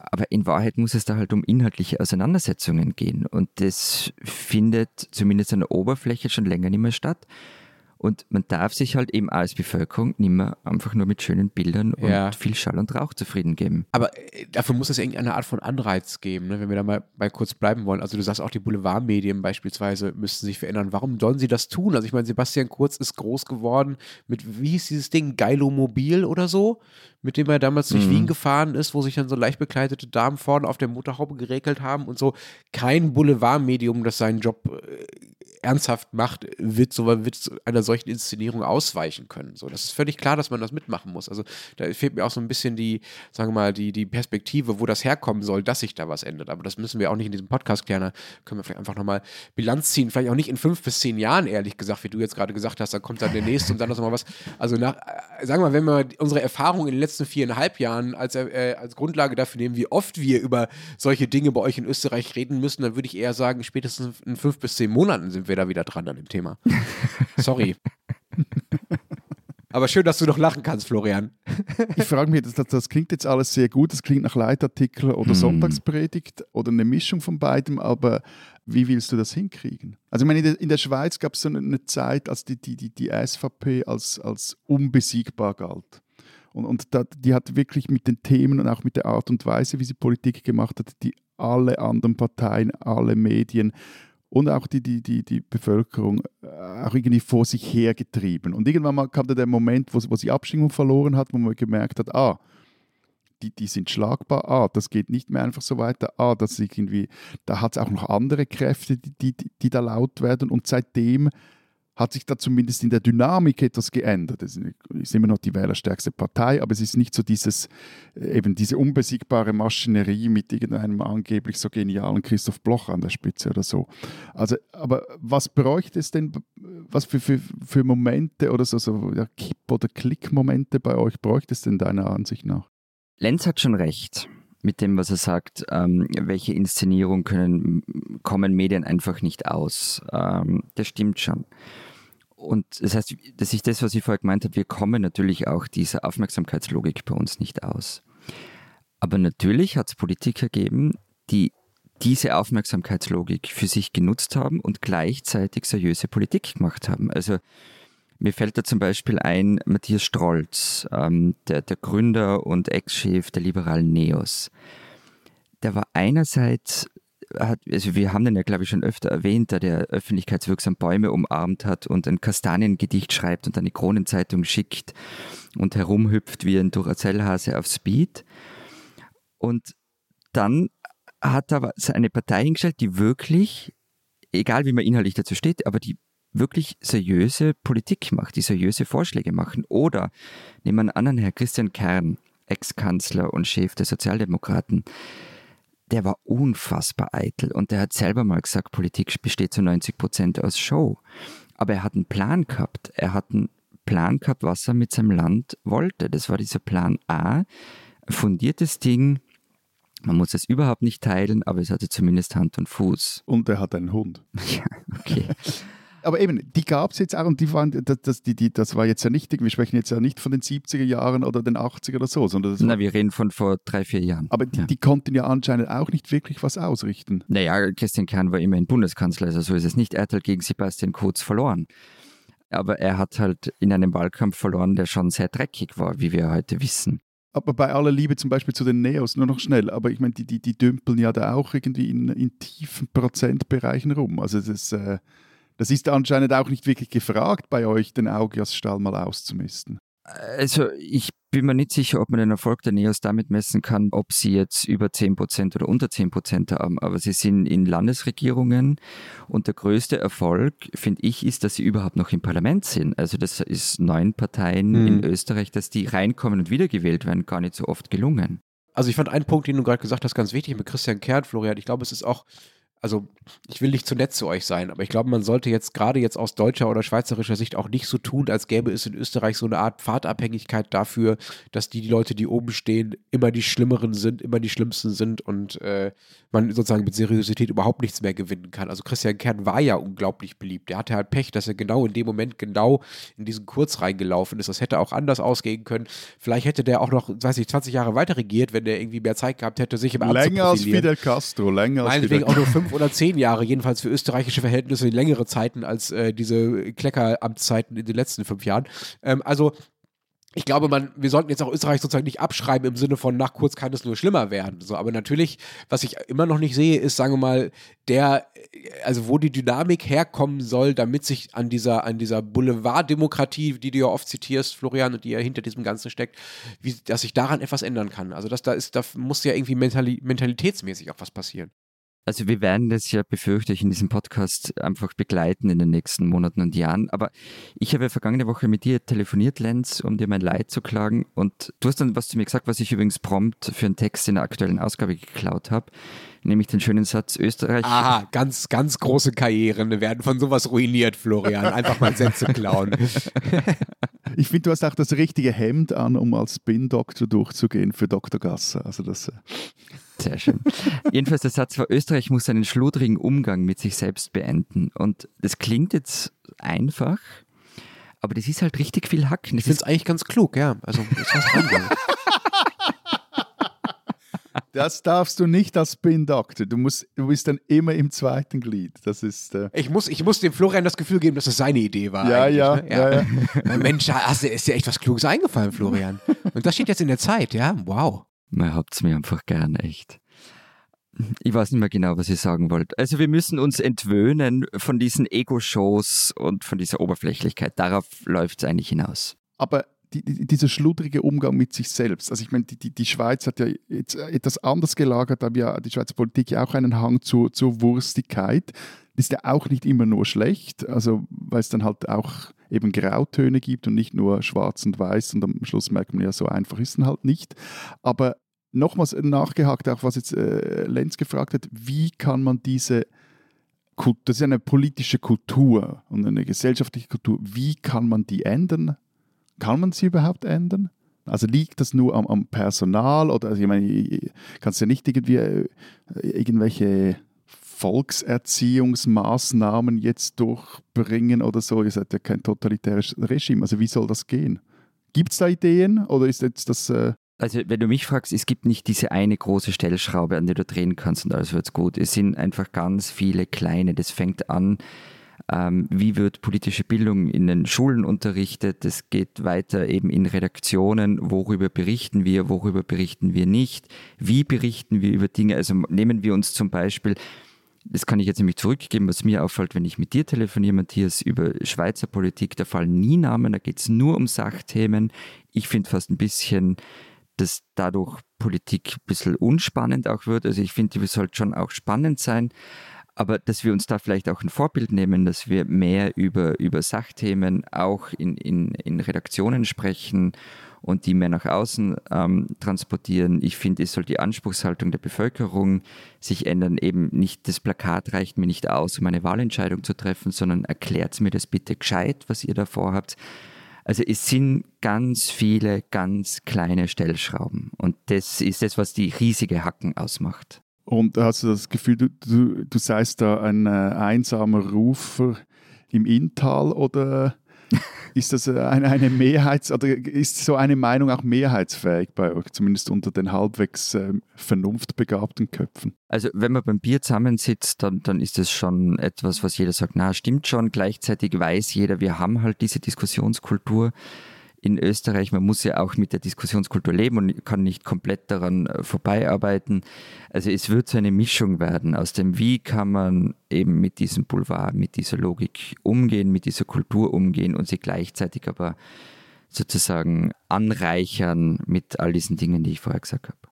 Aber in Wahrheit muss es da halt um inhaltliche Auseinandersetzungen gehen. Und das findet zumindest an der Oberfläche schon länger nicht mehr statt. Und man darf sich halt eben als Bevölkerung nicht mehr einfach nur mit schönen Bildern und viel Schall und Rauch zufrieden geben. Aber dafür muss es irgendeine Art von Anreiz geben, ne? Wenn wir da mal kurz bleiben wollen. Also du sagst auch, die Boulevardmedien beispielsweise müssten sich verändern. Warum sollen sie das tun? Also ich meine, Sebastian Kurz ist groß geworden mit, wie hieß dieses Ding, Geilomobil oder so? Mit dem er damals durch Wien gefahren ist, wo sich dann so leicht bekleidete Damen vorne auf der Motorhaube geregelt haben und so. Kein Boulevardmedium, das seinen Job ernsthaft macht, wird einer solchen Inszenierung ausweichen können. So, das ist völlig klar, dass man das mitmachen muss. Also da fehlt mir auch so ein bisschen die Perspektive, wo das herkommen soll, dass sich da was ändert. Aber das müssen wir auch nicht in diesem Podcast klären. Da können wir vielleicht einfach nochmal Bilanz ziehen. Vielleicht auch nicht in 5 bis 10 Jahren, ehrlich gesagt, wie du jetzt gerade gesagt hast. Da kommt dann der nächste und dann noch mal was. Also sagen wir mal, wenn wir unsere Erfahrung in den letzten 4,5 Jahren als Grundlage dafür nehmen, wie oft wir über solche Dinge bei euch in Österreich reden müssen, dann würde ich eher sagen, spätestens in 5 bis 10 Monaten sind wir da wieder dran an dem Thema. Sorry. Aber schön, dass du noch lachen kannst, Florian. Ich frage mich, das klingt jetzt alles sehr gut, das klingt nach Leitartikel oder Sonntagspredigt oder eine Mischung von beidem, aber wie willst du das hinkriegen? Also ich meine, in der Schweiz gab es so eine Zeit, als die SVP als unbesiegbar galt. Und die hat wirklich mit den Themen und auch mit der Art und Weise, wie sie Politik gemacht hat, die alle anderen Parteien, alle Medien und auch die Bevölkerung auch irgendwie vor sich hergetrieben. Und irgendwann mal kam da der Moment, wo sie Abstimmung verloren hat, wo man gemerkt hat, die sind schlagbar, das geht nicht mehr einfach so weiter, das irgendwie, da hat es auch noch andere Kräfte, die da laut werden. Und seitdem hat sich da zumindest in der Dynamik etwas geändert. Es ist immer noch die wählerstärkste Partei, aber es ist nicht so diese unbesiegbare Maschinerie mit irgendeinem angeblich so genialen Christoph Bloch an der Spitze oder so. Also, aber was bräuchte es denn, was für Momente oder so Kipp- oder Klick-Momente bei euch bräuchte es denn deiner Ansicht nach? Lenz hat schon recht mit dem, was er sagt, welche Inszenierung kommen Medien einfach nicht aus. Das stimmt schon. Und das heißt, das ist das, was ich vorher gemeint habe, wir kommen natürlich auch dieser Aufmerksamkeitslogik bei uns nicht aus. Aber natürlich hat es Politiker gegeben, die diese Aufmerksamkeitslogik für sich genutzt haben und gleichzeitig seriöse Politik gemacht haben. Also mir fällt da zum Beispiel ein Matthias Strolz, der Gründer und Ex-Chef der liberalen NEOS. Der war einerseits, also wir haben den ja glaube ich schon öfter erwähnt, der öffentlichkeitswirksam Bäume umarmt hat und ein Kastaniengedicht schreibt und an die Kronenzeitung schickt und herumhüpft wie ein Duracell-Hase auf Speed. Und dann hat er eine Partei hingestellt, die wirklich, egal wie man inhaltlich dazu steht, aber die wirklich seriöse Politik macht, die seriöse Vorschläge machen. Oder nehmen wir einen anderen Herr, Christian Kern, Ex-Kanzler und Chef der Sozialdemokraten, der war unfassbar eitel und der hat selber mal gesagt, Politik besteht zu 90% aus Show. Aber er hat einen Plan gehabt. Er hat einen Plan gehabt, was er mit seinem Land wollte. Das war dieser Plan A, ein fundiertes Ding. Man muss es überhaupt nicht teilen, aber es hatte zumindest Hand und Fuß. Und er hat einen Hund. Ja, okay. Aber eben, die gab es jetzt auch und die waren, das war jetzt ja nicht, wir sprechen jetzt ja nicht von den 70er Jahren oder den 80er oder so, sondern wir reden von vor 3-4 Jahren. Aber die konnten ja anscheinend auch nicht wirklich was ausrichten. Naja, Christian Kern war immerhin Bundeskanzler, also so ist es nicht. Er hat halt gegen Sebastian Kurz verloren. Aber er hat halt in einem Wahlkampf verloren, der schon sehr dreckig war, wie wir heute wissen. Aber bei aller Liebe zum Beispiel zu den Neos, nur noch schnell, aber ich meine, die dümpeln ja da auch irgendwie in tiefen Prozentbereichen rum. Also das ist anscheinend auch nicht wirklich gefragt bei euch, den Augiasstall mal auszumisten. Also ich bin mir nicht sicher, ob man den Erfolg der Neos damit messen kann, ob sie jetzt über 10% oder unter 10% haben, aber sie sind in Landesregierungen und der größte Erfolg, finde ich, ist, dass sie überhaupt noch im Parlament sind. Also das ist 9 Parteien in Österreich, dass die reinkommen und wiedergewählt werden, gar nicht so oft gelungen. Also ich fand einen Punkt, den du gerade gesagt hast, ganz wichtig mit Christian Kern, Florian. Ich glaube, es ist auch also ich will nicht zu nett zu euch sein, aber ich glaube, man sollte gerade jetzt aus deutscher oder schweizerischer Sicht auch nicht so tun, als gäbe es in Österreich so eine Art Pfadabhängigkeit dafür, dass die Leute, die oben stehen, immer die Schlimmeren sind, immer die Schlimmsten sind und man sozusagen mit Seriosität überhaupt nichts mehr gewinnen kann. Also Christian Kern war ja unglaublich beliebt. Der hatte halt Pech, dass er genau in dem Moment genau in diesen Kurz reingelaufen ist. Das hätte auch anders ausgehen können. Vielleicht hätte der auch noch, 20 Jahre weiter regiert, wenn der irgendwie mehr Zeit gehabt hätte, sich im Amt zu profilieren. Länger als Fidel Castro, Meinetwegen auch nur 5 oder 10 Jahre, jedenfalls für österreichische Verhältnisse längere Zeiten als diese Kleckeramtszeiten in den letzten 5 Jahren. Also ich glaube, wir sollten jetzt auch Österreich sozusagen nicht abschreiben im Sinne von, nach Kurz kann es nur schlimmer werden. So, aber natürlich, was ich immer noch nicht sehe, ist, sagen wir mal, also wo die Dynamik herkommen soll, damit sich an dieser Boulevarddemokratie, die du ja oft zitierst, Florian, und die ja hinter diesem Ganzen steckt, dass sich daran etwas ändern kann. Also da muss ja irgendwie mentalitätsmäßig auch was passieren. Also wir werden das ja, befürchte ich, in diesem Podcast einfach begleiten in den nächsten Monaten und Jahren. Aber ich habe ja vergangene Woche mit dir telefoniert, Lenz, um dir mein Leid zu klagen. Und du hast dann was zu mir gesagt, was ich übrigens prompt für einen Text in der aktuellen Ausgabe geklaut habe. Nämlich den schönen Satz, Österreich... Aha, ganz, ganz große Karrieren werden von sowas ruiniert, Florian. Einfach mal Sätze klauen. Ich finde, du hast auch das richtige Hemd an, um als Spin-Doktor durchzugehen für Dr. Gasser. Also das... Sehr schön. Jedenfalls der Satz war, Österreich muss einen schludrigen Umgang mit sich selbst beenden. Und das klingt jetzt einfach, aber das ist halt richtig viel Hacken. Ich finde es eigentlich ganz klug, ja. Also ist was dran. Das darfst du nicht als Spin-Doktor. Du bist dann immer im zweiten Glied. Das ist... Ich muss dem Florian das Gefühl geben, dass das seine Idee war. Ja. Mensch, ist dir echt was Kluges eingefallen, Florian. Und das steht jetzt in der Zeit, ja? Wow. Man habt's mir einfach gern, echt. Ich weiß nicht mehr genau, was ich sagen wollte. Also wir müssen uns entwöhnen von diesen Ego-Shows und von dieser Oberflächlichkeit. Darauf läuft es eigentlich hinaus. Aber dieser schludrige Umgang mit sich selbst, also ich meine, die Schweiz hat ja jetzt etwas anders gelagert, aber ja die Schweizer Politik ja auch einen Hang zur Wurstigkeit. Das ist ja auch nicht immer nur schlecht, also weil es dann halt auch eben Grautöne gibt und nicht nur schwarz und weiß und am Schluss merkt man ja, so einfach ist es halt nicht. Aber nochmals nachgehakt, auch was jetzt Lenz gefragt hat, wie kann man diese Kultur, das ist eine politische Kultur und eine gesellschaftliche Kultur, wie kann man die ändern? Kann man sie überhaupt ändern? Also liegt das nur am Personal oder, also ich meine, kannst du ja nicht irgendwie irgendwelche Volkserziehungsmaßnahmen jetzt durchbringen oder so? Ihr seid ja kein totalitäres Regime. Also wie soll das gehen? Gibt es da Ideen oder ist jetzt das... Also wenn du mich fragst, es gibt nicht diese eine große Stellschraube, an der du drehen kannst und alles wird gut. Es sind einfach ganz viele kleine. Das fängt an, wie wird politische Bildung in den Schulen unterrichtet. Das geht weiter eben in Redaktionen. Worüber berichten wir nicht? Wie berichten wir über Dinge? Also nehmen wir uns zum Beispiel... Das kann ich jetzt nämlich zurückgeben, was mir auffällt, wenn ich mit dir telefoniere, Matthias, über Schweizer Politik. Da fallen nie Namen, da geht es nur um Sachthemen. Ich finde fast ein bisschen, dass dadurch Politik ein bisschen unspannend auch wird. Also ich finde, die sollte schon auch spannend sein. Aber dass wir uns da vielleicht auch ein Vorbild nehmen, dass wir mehr über Sachthemen auch in Redaktionen sprechen und die mehr nach außen transportieren. Ich finde, es soll die Anspruchshaltung der Bevölkerung sich ändern. Eben nicht, das Plakat reicht mir nicht aus, um eine Wahlentscheidung zu treffen, sondern erklärt mir das bitte gescheit, was ihr da vorhabt. Also es sind ganz viele, ganz kleine Stellschrauben. Und das ist das, was die riesige Hacken ausmacht. Und hast du das Gefühl, du seist da ein einsamer Rufer im Inntal oder ist das eine oder ist so eine Meinung auch mehrheitsfähig bei euch, zumindest unter den halbwegs vernunftbegabten Köpfen? Also wenn man beim Bier zusammensitzt, dann ist das schon etwas, was jeder sagt, na stimmt schon, gleichzeitig weiß jeder, wir haben halt diese Diskussionskultur in Österreich. Man muss ja auch mit der Diskussionskultur leben und kann nicht komplett daran vorbeiarbeiten. Also es wird so eine Mischung werden aus dem, wie kann man eben mit diesem Boulevard, mit dieser Logik umgehen, mit dieser Kultur umgehen und sie gleichzeitig aber sozusagen anreichern mit all diesen Dingen, die ich vorher gesagt habe.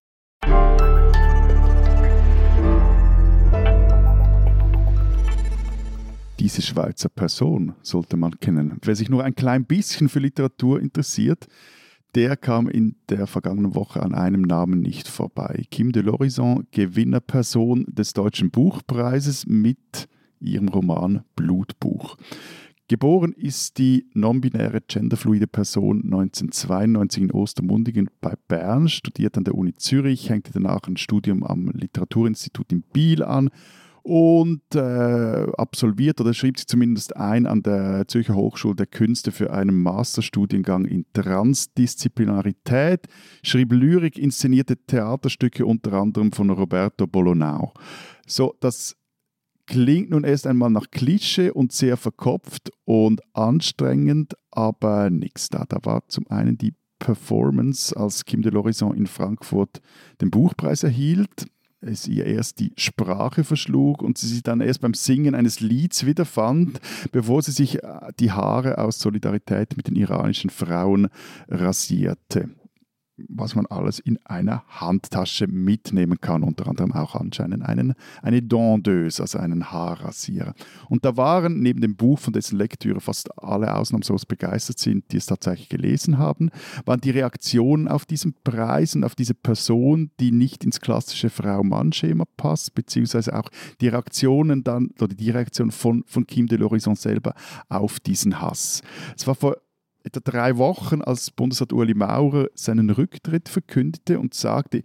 Diese Schweizer Person sollte man kennen. Wer sich nur ein klein bisschen für Literatur interessiert, der kam in der vergangenen Woche an einem Namen nicht vorbei. Kim de l'Horizon, Gewinnerperson des Deutschen Buchpreises mit ihrem Roman Blutbuch. Geboren ist die non-binäre genderfluide Person 1992 in Ostermundigen bei Bern, studiert an der Uni Zürich, hängte danach ein Studium am Literaturinstitut in Biel an und absolviert oder schrieb sie zumindest ein an der Zürcher Hochschule der Künste für einen Masterstudiengang in Transdisziplinarität, schrieb Lyrik, inszenierte Theaterstücke unter anderem von Roberto Bolonau. So, das klingt nun erst einmal nach Klischee und sehr verkopft und anstrengend, aber nichts da. Da war zum einen die Performance, als Kim de l'Horizon in Frankfurt den Buchpreis erhielt, es ihr erst die Sprache verschlug und sie sich dann erst beim Singen eines Lieds wiederfand, bevor sie sich die Haare aus Solidarität mit den iranischen Frauen rasierte. Was man alles in einer Handtasche mitnehmen kann, unter anderem auch anscheinend eine Dondeuse, also einen Haarrasierer. Und da waren neben dem Buch, von dessen Lektüre fast alle ausnahmslos begeistert sind, die es tatsächlich gelesen haben, waren die Reaktionen auf diesen Preis und auf diese Person, die nicht ins klassische Frau-Mann-Schema passt, beziehungsweise auch die Reaktionen dann, oder die Reaktion von Kim de l'Horizon selber auf diesen Hass. Es war vor etwa 3 Wochen, als Bundesrat Ueli Maurer seinen Rücktritt verkündete und sagte,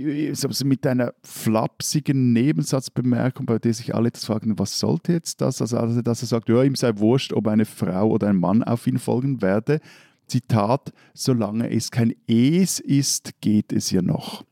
mit einer flapsigen Nebensatzbemerkung, bei der sich alle etwas fragen, was sollte jetzt das? Also, dass er sagt, ja, ihm sei wurscht, ob eine Frau oder ein Mann auf ihn folgen werde. Zitat, solange es kein Es ist, geht es ja noch.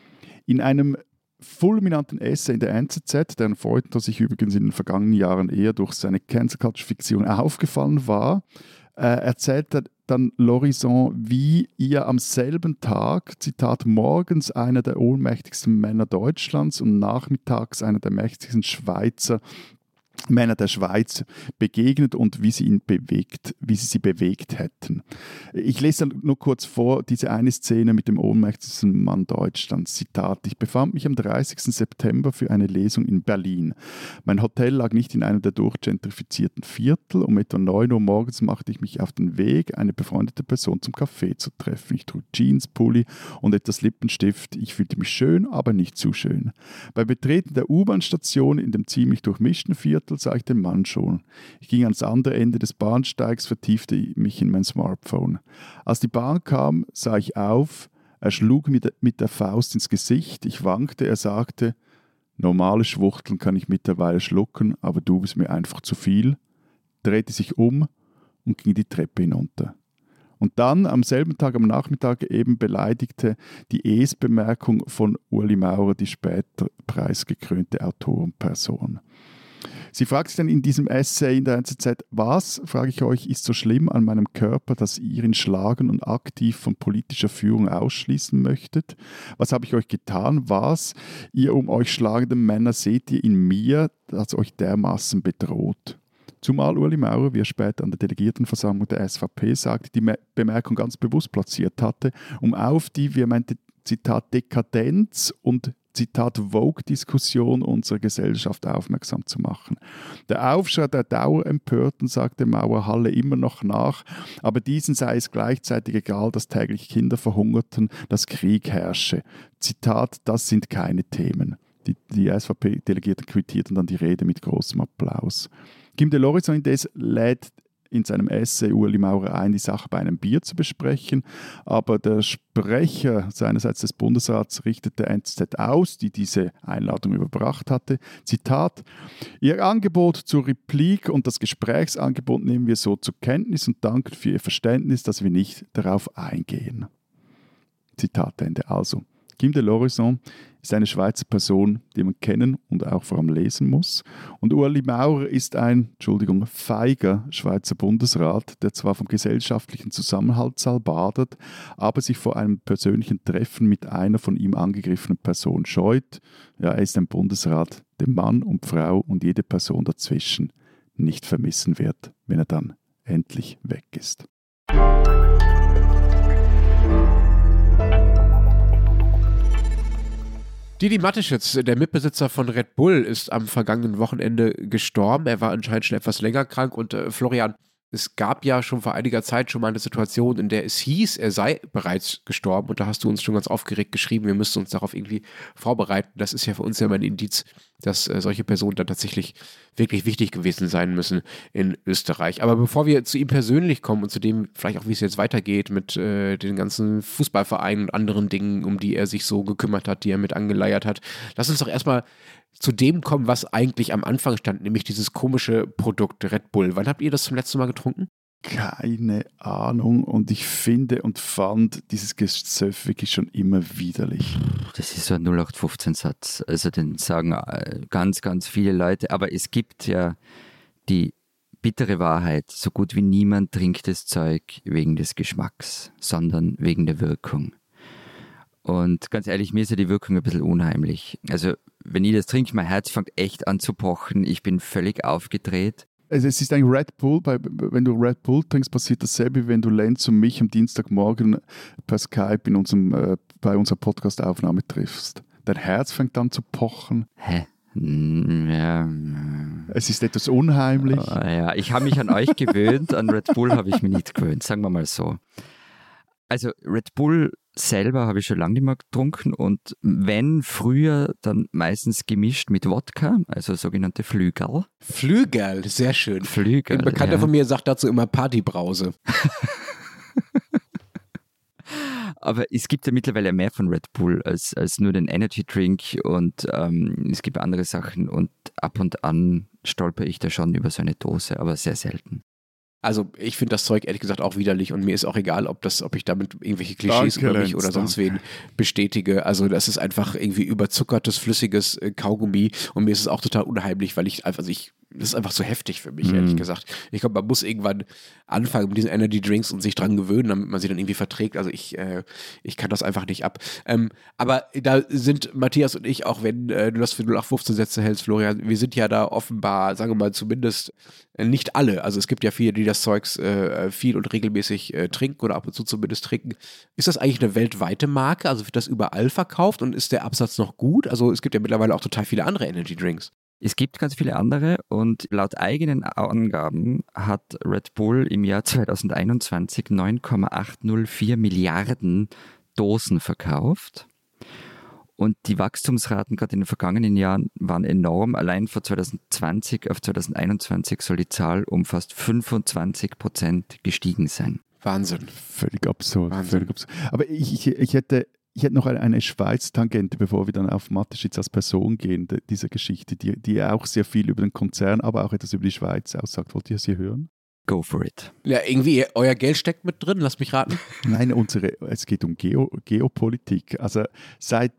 In einem fulminanten Essay in der NZZ, deren Feuilleton sich übrigens in den vergangenen Jahren eher durch seine Cancel-Culture-Fiktion aufgefallen war, erzählte dann l'Horizon, wie ihr am selben Tag, Zitat, morgens einer der ohnmächtigsten Männer Deutschlands und nachmittags einer der mächtigsten Schweizer Männer der Schweiz begegnet und wie sie sie bewegt hätten. Ich lese dann nur kurz vor, diese eine Szene mit dem ohnmächtigsten Mann Deutschlands. Zitat: Ich befand mich am 30. September für eine Lesung in Berlin. Mein Hotel lag nicht in einem der durchgentrifizierten Viertel. Um etwa 9 Uhr morgens machte ich mich auf den Weg, eine befreundete Person zum Café zu treffen. Ich trug Jeans, Pulli und etwas Lippenstift. Ich fühlte mich schön, aber nicht zu schön. Beim Betreten der U-Bahn-Station in dem ziemlich durchmischten Viertel sah ich den Mann schon. Ich ging ans andere Ende des Bahnsteigs, vertiefte mich in mein Smartphone. Als die Bahn kam, sah ich auf. Er schlug mir mit der Faust ins Gesicht. Ich wankte. Er sagte, normale Schwuchteln kann ich mittlerweile schlucken, aber du bist mir einfach zu viel. Drehte sich um und ging die Treppe hinunter. Und dann am selben Tag, am Nachmittag eben beleidigte die Es-Bemerkung von Ueli Maurer die später preisgekrönte Autorenperson. Sie fragt sich dann in diesem Essay in der NZZ, was, frage ich euch, ist so schlimm an meinem Körper, dass ihr ihn schlagen und aktiv von politischer Führung ausschließen möchtet? Was habe ich euch getan? Was, ihr um euch schlagenden Männer, seht ihr in mir, das euch dermaßen bedroht? Zumal Ueli Maurer, wie er später an der Delegiertenversammlung der SVP sagte, die Bemerkung ganz bewusst platziert hatte, um auf die, wie er meinte, Zitat, Dekadenz und Zitat Vogue-Diskussion unserer Gesellschaft aufmerksam zu machen. Der Aufschrei der Dauerempörten, sagte Maurer, halle immer noch nach, aber diesen sei es gleichzeitig egal, dass täglich Kinder verhungerten, dass Krieg herrsche. Zitat, das sind keine Themen. Die SVP-Delegierten quittierten dann die Rede mit großem Applaus. Kim de l'Horizon indes lädt in seinem Essay Ueli Maurer ein, die Sache bei einem Bier zu besprechen. Aber der Sprecher seinerseits des Bundesrats richtete der NZZ aus, die diese Einladung überbracht hatte. Zitat: Ihr Angebot zur Replik und das Gesprächsangebot nehmen wir so zur Kenntnis und danken für Ihr Verständnis, dass wir nicht darauf eingehen. Zitat Ende. Also, Kim de l'Horizon ist eine Schweizer Person, die man kennen und auch vor allem lesen muss. Und Ueli Maurer ist ein, feiger Schweizer Bundesrat, der zwar vom gesellschaftlichen Zusammenhalt badet, aber sich vor einem persönlichen Treffen mit einer von ihm angegriffenen Person scheut. Ja, er ist ein Bundesrat, den Mann und Frau und jede Person dazwischen nicht vermissen wird, wenn er dann endlich weg ist. Didi Mateschitz, der Mitbesitzer von Red Bull, ist am vergangenen Wochenende gestorben. Er war anscheinend schon etwas länger krank und Florian, es gab ja schon vor einiger Zeit schon mal eine Situation, in der es hieß, er sei bereits gestorben und da hast du uns schon ganz aufgeregt geschrieben, wir müssten uns darauf irgendwie vorbereiten. Das ist ja für uns ja immer ein Indiz, dass solche Personen dann tatsächlich wirklich wichtig gewesen sein müssen in Österreich. Aber bevor wir zu ihm persönlich kommen und zu dem vielleicht auch, wie es jetzt weitergeht mit den ganzen Fußballvereinen und anderen Dingen, um die er sich so gekümmert hat, die er mit angeleiert hat, lass uns doch erstmal zu dem kommen, was eigentlich am Anfang stand, nämlich dieses komische Produkt Red Bull. Wann habt ihr das zum letzten Mal getrunken? Keine Ahnung, und ich finde und fand dieses Gezöff wirklich schon immer widerlich. Das ist so ein 0815-Satz. Also den sagen ganz, ganz viele Leute. Aber es gibt ja die bittere Wahrheit. So gut wie niemand trinkt das Zeug wegen des Geschmacks, sondern wegen der Wirkung. Und ganz ehrlich, mir ist ja die Wirkung ein bisschen unheimlich. Also wenn ich das trinke, mein Herz fängt echt an zu pochen. Ich bin völlig aufgedreht. Also es ist eigentlich Red Bull, wenn du Red Bull trinkst, passiert dasselbe, wie wenn du Lenz und mich am Dienstagmorgen per Skype bei unserer Podcast-Aufnahme triffst. Dein Herz fängt an zu pochen. Hä? Ja. Es ist etwas unheimlich. Ja, ich habe mich an euch gewöhnt, an Red Bull habe ich mich nicht gewöhnt, sagen wir mal so. Also Red Bull selber habe ich schon lange nicht mehr getrunken und wenn früher, dann meistens gemischt mit Wodka, also sogenannte Flügel. Flügel, sehr schön. Flügel, ein Bekannter von mir sagt dazu immer Partybrause. Aber es gibt ja mittlerweile mehr von Red Bull als nur den Energy Drink und es gibt andere Sachen und ab und an stolper ich da schon über so eine Dose, aber sehr selten. Also ich finde das Zeug ehrlich gesagt auch widerlich und mir ist auch egal, ob ich damit irgendwelche Klischees über mich oder sonst wen bestätige. Also das ist einfach irgendwie überzuckertes, flüssiges Kaugummi und mir ist es auch total unheimlich, weil das ist einfach so heftig für mich, ehrlich gesagt. Ich glaube, man muss irgendwann anfangen mit diesen Energy Drinks und sich dran gewöhnen, damit man sie dann irgendwie verträgt. Also ich kann das einfach nicht ab. Aber da sind Matthias und ich, auch wenn du das für 0815 Sätze hältst, Florian, wir sind ja da offenbar, sagen wir mal zumindest nicht alle. Also es gibt ja viele, die das Zeugs viel und regelmäßig trinken oder ab und zu zumindest trinken. Ist das eigentlich eine weltweite Marke? Also wird das überall verkauft und ist der Absatz noch gut? Also es gibt ja mittlerweile auch total viele andere Energy Drinks. Es gibt ganz viele andere und laut eigenen Angaben hat Red Bull im Jahr 2021 9,804 Milliarden Dosen verkauft. Und die Wachstumsraten gerade in den vergangenen Jahren waren enorm. Allein von 2020 auf 2021 soll die Zahl um fast 25% gestiegen sein. Wahnsinn. Völlig absurd. Wahnsinn. Völlig absurd. Aber ich hätte noch eine Schweiz-Tangente, bevor wir dann auf Mateschitz als Person gehen, dieser Geschichte, die auch sehr viel über den Konzern, aber auch etwas über die Schweiz aussagt. Wollt ihr sie hören? Go for it. Ja, irgendwie, euer Geld steckt mit drin, lasst mich raten. Nein, es geht um Geopolitik. Also seit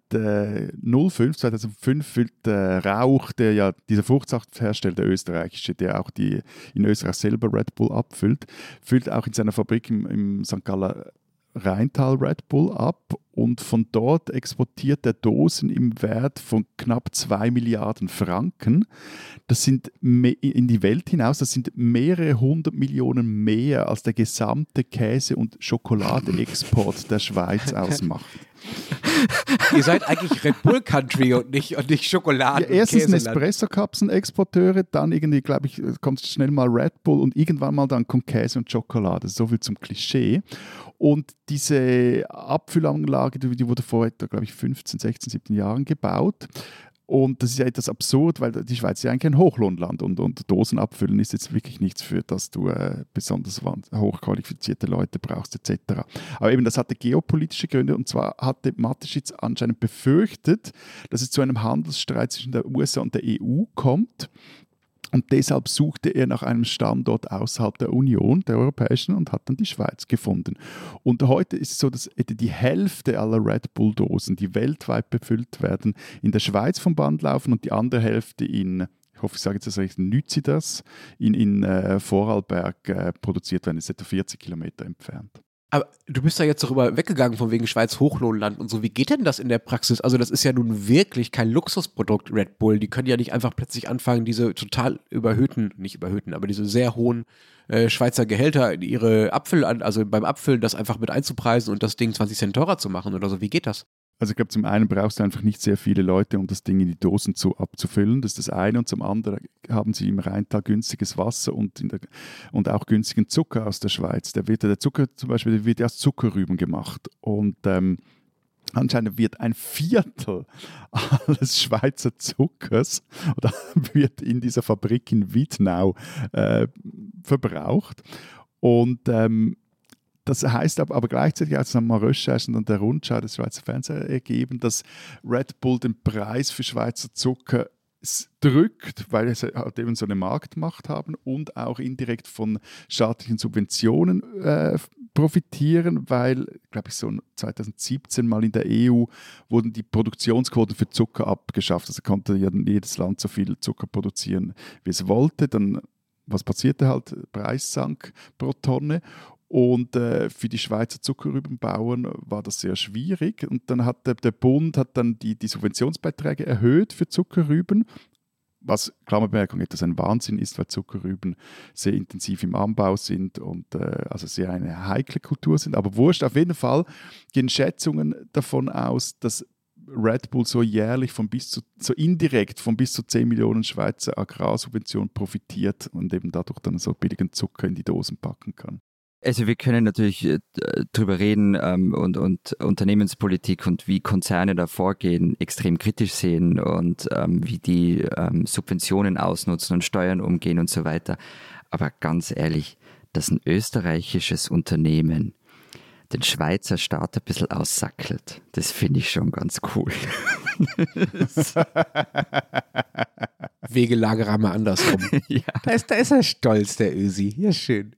2005 füllt Rauch, der ja dieser Fruchtsafthersteller, der österreichische, der auch in Österreich selber Red Bull abfüllt, füllt auch in seiner Fabrik im St. Galler Rheintal Red Bull ab und von dort exportiert er Dosen im Wert von knapp 2 Milliarden Franken. Das sind in die Welt hinaus, das sind mehrere 100 Millionen mehr als der gesamte Käse- und Schokoladeexport der Schweiz ausmacht. Ihr seid eigentlich Red Bull Country und nicht Schokolade. Ja, erstens Nespresso-Kapseln-Exporteure, dann irgendwie, glaube ich, kommt schnell mal Red Bull und irgendwann mal dann kommt Käse und Schokolade. So viel zum Klischee. Und diese Abfüllanlage, die wurde vor, glaube ich, 15, 16, 17 Jahren gebaut. Und das ist ja etwas absurd, weil die Schweiz ist ja eigentlich ein Hochlohnland und Dosen abfüllen ist jetzt wirklich nichts, für das du besonders hochqualifizierte Leute brauchst etc. Aber eben, das hatte geopolitische Gründe und zwar hatte Mateschitz anscheinend befürchtet, dass es zu einem Handelsstreit zwischen der USA und der EU kommt. Und deshalb suchte er nach einem Standort außerhalb der Union, der Europäischen, und hat dann die Schweiz gefunden. Und heute ist es so, dass etwa die Hälfte aller Red Bull-Dosen, die weltweit befüllt werden, in der Schweiz vom Band laufen und die andere Hälfte ich hoffe, ich sage jetzt das recht, Nützidas, in Vorarlberg produziert werden. Das ist etwa 40 Kilometer entfernt. Aber du bist da jetzt darüber weggegangen von wegen Schweiz Hochlohnland und so. Wie geht denn das in der Praxis? Also das ist ja nun wirklich kein Luxusprodukt, Red Bull. Die können ja nicht einfach plötzlich anfangen, diese total aber diese sehr hohen Schweizer Gehälter in ihre beim Abfüllen das einfach mit einzupreisen und das Ding 20 Cent teurer zu machen oder so. Wie geht das? Also ich glaube, zum einen brauchst du einfach nicht sehr viele Leute, um das Ding in die Dosen abzufüllen. Das ist das eine. Und zum anderen haben sie im Rheintal günstiges Wasser und auch günstigen Zucker aus der Schweiz. Der Zucker zum Beispiel, der wird aus Zuckerrüben gemacht. Und anscheinend wird ein Viertel alles Schweizer Zuckers oder wird in dieser Fabrik in Wiednau verbraucht. Und das heißt aber gleichzeitig, als haben wir Recherchen und der Rundschau des Schweizer Fernsehens ergeben, dass Red Bull den Preis für Schweizer Zucker drückt, weil sie halt eben so eine Marktmacht haben und auch indirekt von staatlichen Subventionen profitieren, weil, glaube ich, so 2017 mal in der EU wurden die Produktionsquoten für Zucker abgeschafft. Also konnte ja jedes Land so viel Zucker produzieren, wie es wollte. Dann, was passierte halt? Preis sank pro Tonne. Und für die Schweizer Zuckerrübenbauern war das sehr schwierig. Und dann hat der Bund hat dann die Subventionsbeiträge erhöht für Zuckerrüben, was, Klammerbemerkung, etwas ein Wahnsinn ist, weil Zuckerrüben sehr intensiv im Anbau sind und also sehr eine heikle Kultur sind. Aber wurscht, auf jeden Fall gehen Schätzungen davon aus, dass Red Bull so jährlich so indirekt von bis zu 10 Millionen Schweizer Agrarsubventionen profitiert und eben dadurch dann so billigen Zucker in die Dosen packen kann. Also wir können natürlich drüber reden und Unternehmenspolitik und wie Konzerne da vorgehen, extrem kritisch sehen und wie die Subventionen ausnutzen und Steuern umgehen und so weiter. Aber ganz ehrlich, dass ein österreichisches Unternehmen den Schweizer Staat ein bisschen aussackelt, das finde ich schon ganz cool. Wegelagerer mal andersrum. Ja. Da ist er stolz, der Ösi. Ja, schön.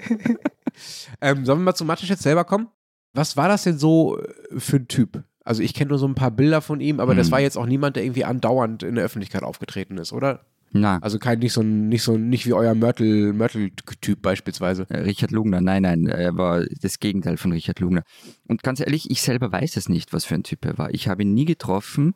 Sollen wir mal zu Mateschitz selber kommen? Was war das denn so für ein Typ? Also ich kenne nur so ein paar Bilder von ihm, aber das war jetzt auch niemand, der irgendwie andauernd in der Öffentlichkeit aufgetreten ist, oder? Na. Also nicht wie euer Mörtel-Typ beispielsweise. Richard Lugner, nein, er war das Gegenteil von Richard Lugner. Und ganz ehrlich, ich selber weiß es nicht, was für ein Typ er war. Ich habe ihn nie getroffen.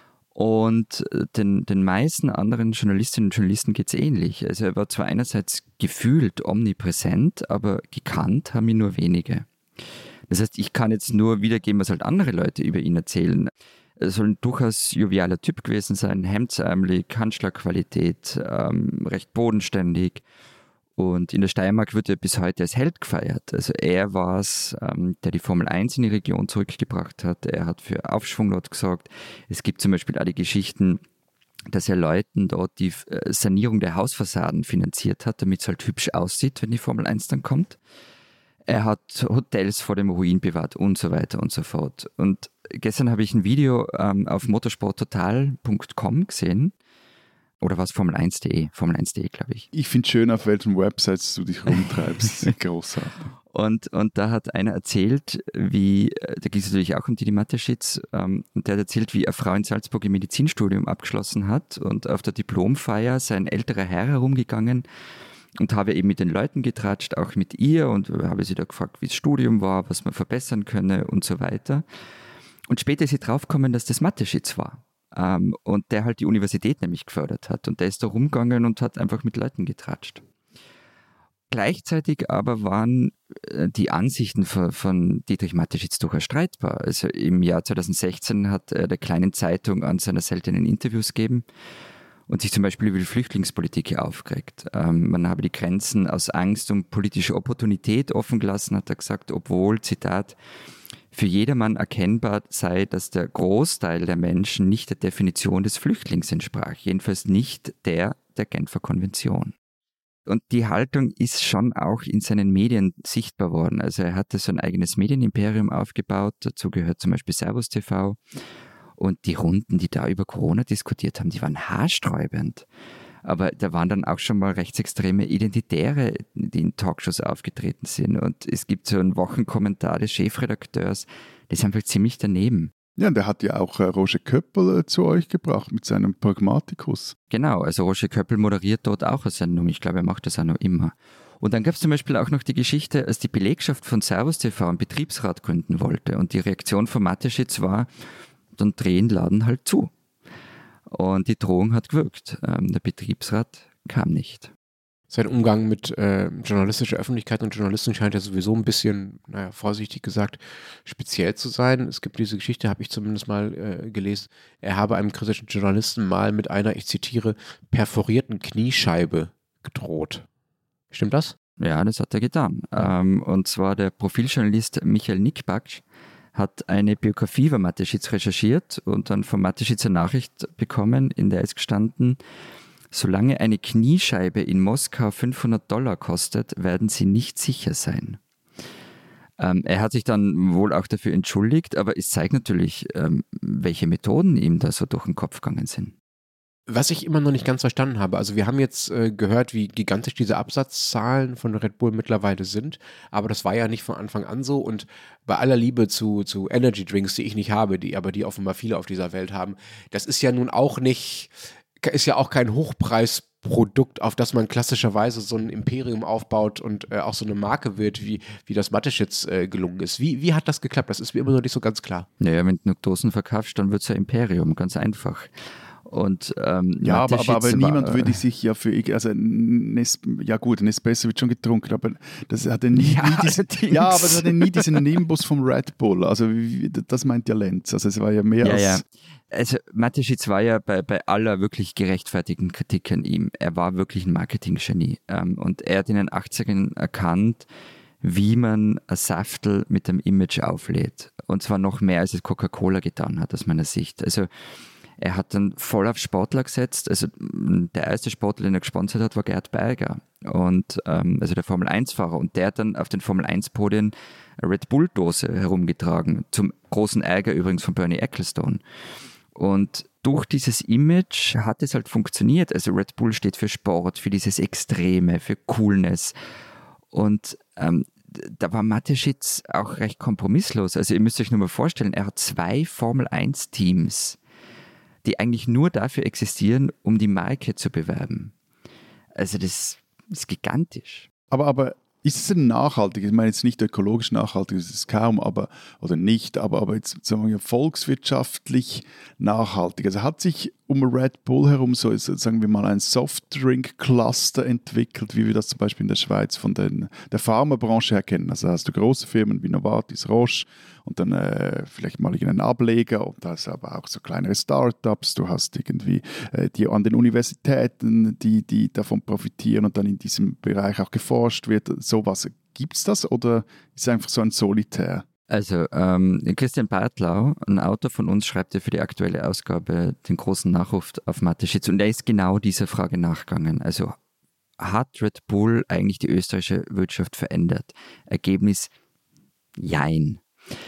Und den meisten anderen Journalistinnen und Journalisten geht es ähnlich. Also er war zwar einerseits gefühlt omnipräsent, aber gekannt haben ihn nur wenige. Das heißt, ich kann jetzt nur wiedergeben, was halt andere Leute über ihn erzählen. Er soll ein durchaus jovialer Typ gewesen sein, hemdsärmelig, Handschlagqualität, recht bodenständig. Und in der Steiermark wird er bis heute als Held gefeiert. Also er war es, der die Formel 1 in die Region zurückgebracht hat. Er hat für Aufschwung dort gesorgt. Es gibt zum Beispiel auch die Geschichten, dass er Leuten dort die Sanierung der Hausfassaden finanziert hat, damit es halt hübsch aussieht, wenn die Formel 1 dann kommt. Er hat Hotels vor dem Ruin bewahrt und so weiter und so fort. Und gestern habe ich ein Video auf motorsporttotal.com gesehen. Oder war es Formel1.de? Formel1.de, glaube ich. Ich finde es schön, auf welchen Websites du dich rumtreibst. Das ist großartig. Und da hat einer erzählt, da ging es natürlich auch um Didi Mateschitz, und der hat erzählt, wie eine Frau in Salzburg ein Medizinstudium abgeschlossen hat und auf der Diplomfeier sei ein älterer Herr herumgegangen und habe eben mit den Leuten getratscht, auch mit ihr, und habe sie da gefragt, wie das Studium war, was man verbessern könne und so weiter. Und später ist sie draufgekommen, dass das Mateschitz war. Und der halt die Universität nämlich gefördert hat. Und der ist da rumgegangen und hat einfach mit Leuten getratscht. Gleichzeitig aber waren die Ansichten von Dietrich Mateschitz durchaus streitbar. Also im Jahr 2016 hat er der Kleinen Zeitung an seiner seltenen Interviews gegeben und sich zum Beispiel über die Flüchtlingspolitik aufgeregt. Man habe die Grenzen aus Angst um politische Opportunität offen gelassen, hat er gesagt, obwohl, Zitat, für jedermann erkennbar sei, dass der Großteil der Menschen nicht der Definition des Flüchtlings entsprach, jedenfalls nicht der Genfer Konvention. Und die Haltung ist schon auch in seinen Medien sichtbar worden. Also er hatte so ein eigenes Medienimperium aufgebaut, dazu gehört zum Beispiel Servus TV. Und die Runden, die da über Corona diskutiert haben, die waren haarsträubend. Aber da waren dann auch schon mal rechtsextreme Identitäre, die in Talkshows aufgetreten sind. Und es gibt so einen Wochenkommentar des Chefredakteurs, das ist einfach ziemlich daneben. Ja, und der hat ja auch Roger Köppel zu euch gebracht mit seinem Pragmatikus. Genau, also Roger Köppel moderiert dort auch eine Sendung. Ich glaube, er macht das auch noch immer. Und dann gab es zum Beispiel auch noch die Geschichte, als die Belegschaft von Servus TV einen Betriebsrat gründen wollte. Und die Reaktion von Mateschitz war, dann drehen Laden halt zu. Und die Drohung hat gewirkt. Der Betriebsrat kam nicht. Sein Umgang mit journalistischer Öffentlichkeit und Journalisten scheint ja sowieso ein bisschen, vorsichtig gesagt, speziell zu sein. Es gibt diese Geschichte, habe ich zumindest mal gelesen, er habe einem kritischen Journalisten mal mit einer, ich zitiere, perforierten Kniescheibe gedroht. Stimmt das? Ja, das hat er getan. Und zwar der Profiljournalist Michael Nickbaksch hat eine Biografie über Mateschitz recherchiert und dann von Mateschitz eine Nachricht bekommen, in der ist gestanden: Solange eine Kniescheibe in Moskau $500 kostet, werden Sie nicht sicher sein. Er hat sich dann wohl auch dafür entschuldigt, aber es zeigt natürlich, welche Methoden ihm da so durch den Kopf gegangen sind. Was ich immer noch nicht ganz verstanden habe, also wir haben jetzt gehört, wie gigantisch diese Absatzzahlen von Red Bull mittlerweile sind, aber das war ja nicht von Anfang an so, und bei aller Liebe zu Energy Drinks, die ich nicht habe, die offenbar viele auf dieser Welt haben, das ist ja nun auch nicht, ist ja auch kein Hochpreisprodukt, auf das man klassischerweise so ein Imperium aufbaut und auch so eine Marke wird, wie das Mateschitz gelungen ist. Wie hat das geklappt? Das ist mir immer noch nicht so ganz klar. Naja, wenn du Dosen verkaufst, dann wird es ein Imperium, ganz einfach. Und, aber niemand würde sich ja für, also Nespresso wird schon getrunken, aber das hatte nie, das hatte nie diesen Nimbus vom Red Bull, also das meint ja Lenz, also es war ja mehr als... Ja. Also Mateschitz war ja bei aller wirklich gerechtfertigten Kritik an ihm, er war wirklich ein Marketinggenie, und er hat in den 80ern erkannt, wie man ein Saftel mit dem Image auflädt, und zwar noch mehr, als es Coca-Cola getan hat, aus meiner Sicht. Also er hat dann voll auf Sportler gesetzt. Also der erste Sportler, den er gesponsert hat, war Gerd Berger, und also der Formel-1-Fahrer. Und der hat dann auf den Formel-1-Podien eine Red Bull-Dose herumgetragen, zum großen Ärger übrigens von Bernie Ecclestone. Und durch dieses Image hat es halt funktioniert. Also Red Bull steht für Sport, für dieses Extreme, für Coolness. Und da war Mateschitz auch recht kompromisslos. Also ihr müsst euch nur mal vorstellen, er hat 2 Formel-1-Teams, die eigentlich nur dafür existieren, um die Marke zu bewerben. Also das ist gigantisch. Aber ist es denn nachhaltig? Ich meine jetzt nicht ökologisch nachhaltig, das ist kaum, aber jetzt sagen wir volkswirtschaftlich nachhaltig. Also hat sich um Red Bull herum so, sagen wir mal, ein Softdrink-Cluster entwickelt, wie wir das zum Beispiel in der Schweiz von der Pharmabranche her kennen. Also hast du große Firmen wie Novartis, Roche und dann vielleicht mal irgendeinen Ableger, und da hast aber auch so kleinere Startups. Du hast irgendwie die an den Universitäten, die davon profitieren und dann in diesem Bereich auch geforscht wird. Sowas, gibt es das oder ist es einfach so ein Solitär? Also Christian Bartlau, ein Autor von uns, schreibt ja für die aktuelle Ausgabe den großen Nachruf auf Mateschitz, und er ist genau dieser Frage nachgegangen. Also hat Red Bull eigentlich die österreichische Wirtschaft verändert? Ergebnis: Jein.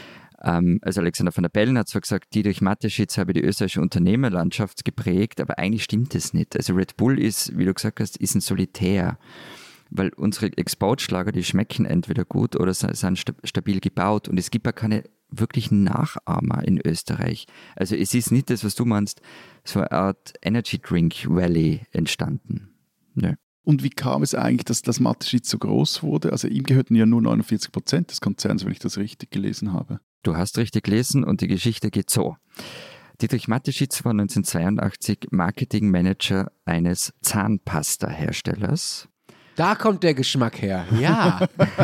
Also Alexander van der Bellen hat zwar gesagt, Dietrich Mateschitz habe die österreichische Unternehmerlandschaft geprägt, aber eigentlich stimmt das nicht. Also Red Bull ist, wie du gesagt hast, ist ein Solitär. Weil unsere Exportschlager, die schmecken entweder gut oder sind stabil gebaut, und es gibt ja keine wirklichen Nachahmer in Österreich. Also es ist nicht das, was du meinst, so eine Art Energy Drink Valley entstanden. Nö. Und wie kam es eigentlich, dass das Mateschitz so groß wurde? Also ihm gehörten ja nur 49% des Konzerns, wenn ich das richtig gelesen habe. Du hast richtig gelesen, und die Geschichte geht so. Dietrich Mateschitz war 1982 Marketingmanager eines Zahnpasta-Herstellers. Da kommt der Geschmack her, ja.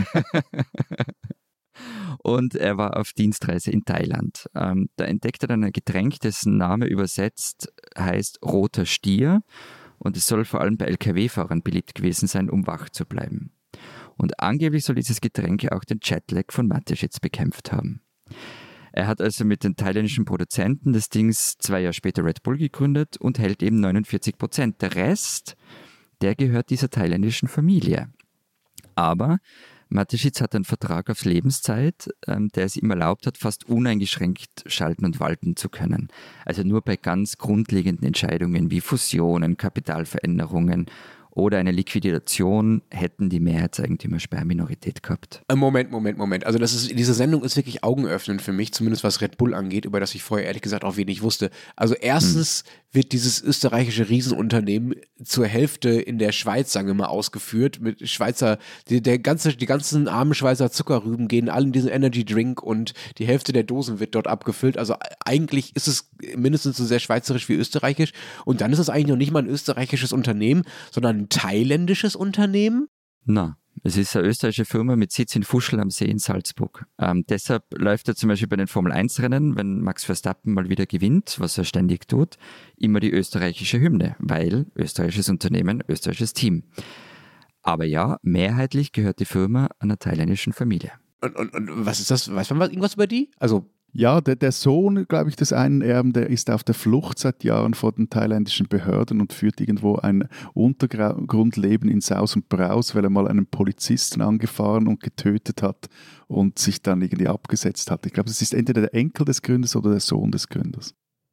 Und er war auf Dienstreise in Thailand. Da entdeckte er dann ein Getränk, dessen Name übersetzt heißt Roter Stier, und es soll vor allem bei LKW-Fahrern beliebt gewesen sein, um wach zu bleiben. Und angeblich soll dieses Getränk auch den Jetlag von Mateschitz bekämpft haben. Er hat also mit den thailändischen Produzenten des Dings 2 Jahre später Red Bull gegründet und hält eben 49%. Der Rest, der gehört dieser thailändischen Familie. Aber Mateschitz hat einen Vertrag auf Lebenszeit, der es ihm erlaubt hat, fast uneingeschränkt schalten und walten zu können. Also nur bei ganz grundlegenden Entscheidungen wie Fusionen, Kapitalveränderungen oder eine Liquidation hätten die Mehrheitseigentümer Sperrminorität gehabt. Moment. Also diese Sendung ist wirklich augenöffnend für mich, zumindest was Red Bull angeht, über das ich vorher ehrlich gesagt auch wenig wusste. Also erstens, wird dieses österreichische Riesenunternehmen zur Hälfte in der Schweiz, sagen wir mal, ausgeführt. Mit Schweizer, die ganzen armen Schweizer Zuckerrüben gehen alle in diesen Energy Drink und die Hälfte der Dosen wird dort abgefüllt. Also eigentlich ist es mindestens so sehr schweizerisch wie österreichisch. Und dann ist es eigentlich noch nicht mal ein österreichisches Unternehmen, sondern ein thailändisches Unternehmen. Na, es ist eine österreichische Firma mit Sitz in Fuschl am See in Salzburg. Deshalb läuft er zum Beispiel bei den Formel-1-Rennen, wenn Max Verstappen mal wieder gewinnt, was er ständig tut, immer die österreichische Hymne, weil österreichisches Unternehmen, österreichisches Team. Aber ja, mehrheitlich gehört die Firma einer thailändischen Familie. Und was ist das? Weiß man irgendwas über die? Also Ja, der Sohn, glaube ich, des einen Erben, der ist auf der Flucht seit Jahren vor den thailändischen Behörden und führt irgendwo ein Untergrundleben in Saus und Braus, weil er mal einen Polizisten angefahren und getötet hat und sich dann irgendwie abgesetzt hat. Ich glaube, es ist entweder der Enkel des Gründers oder der Sohn des Gründers.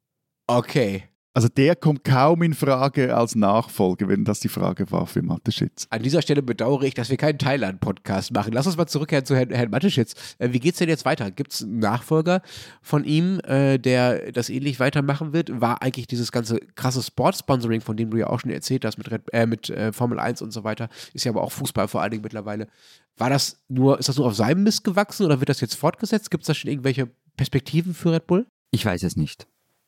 okay. Also der kommt kaum in Frage als Nachfolger, wenn das die Frage war für Mateschitz. An dieser Stelle bedauere ich, dass wir keinen Thailand-Podcast machen. Lass uns mal zurückkehren zu Herrn Mateschitz. Wie geht's denn jetzt weiter? Gibt es einen Nachfolger von ihm, der das ähnlich weitermachen wird? War eigentlich dieses ganze krasse Sportsponsoring, von dem du ja auch schon erzählt hast, mit Formel 1 und so weiter, ist ja aber auch Fußball vor allen Dingen mittlerweile. Ist das nur auf seinem Mist gewachsen oder wird das jetzt fortgesetzt? Gibt es da schon irgendwelche Perspektiven für Red Bull? Ich weiß es nicht.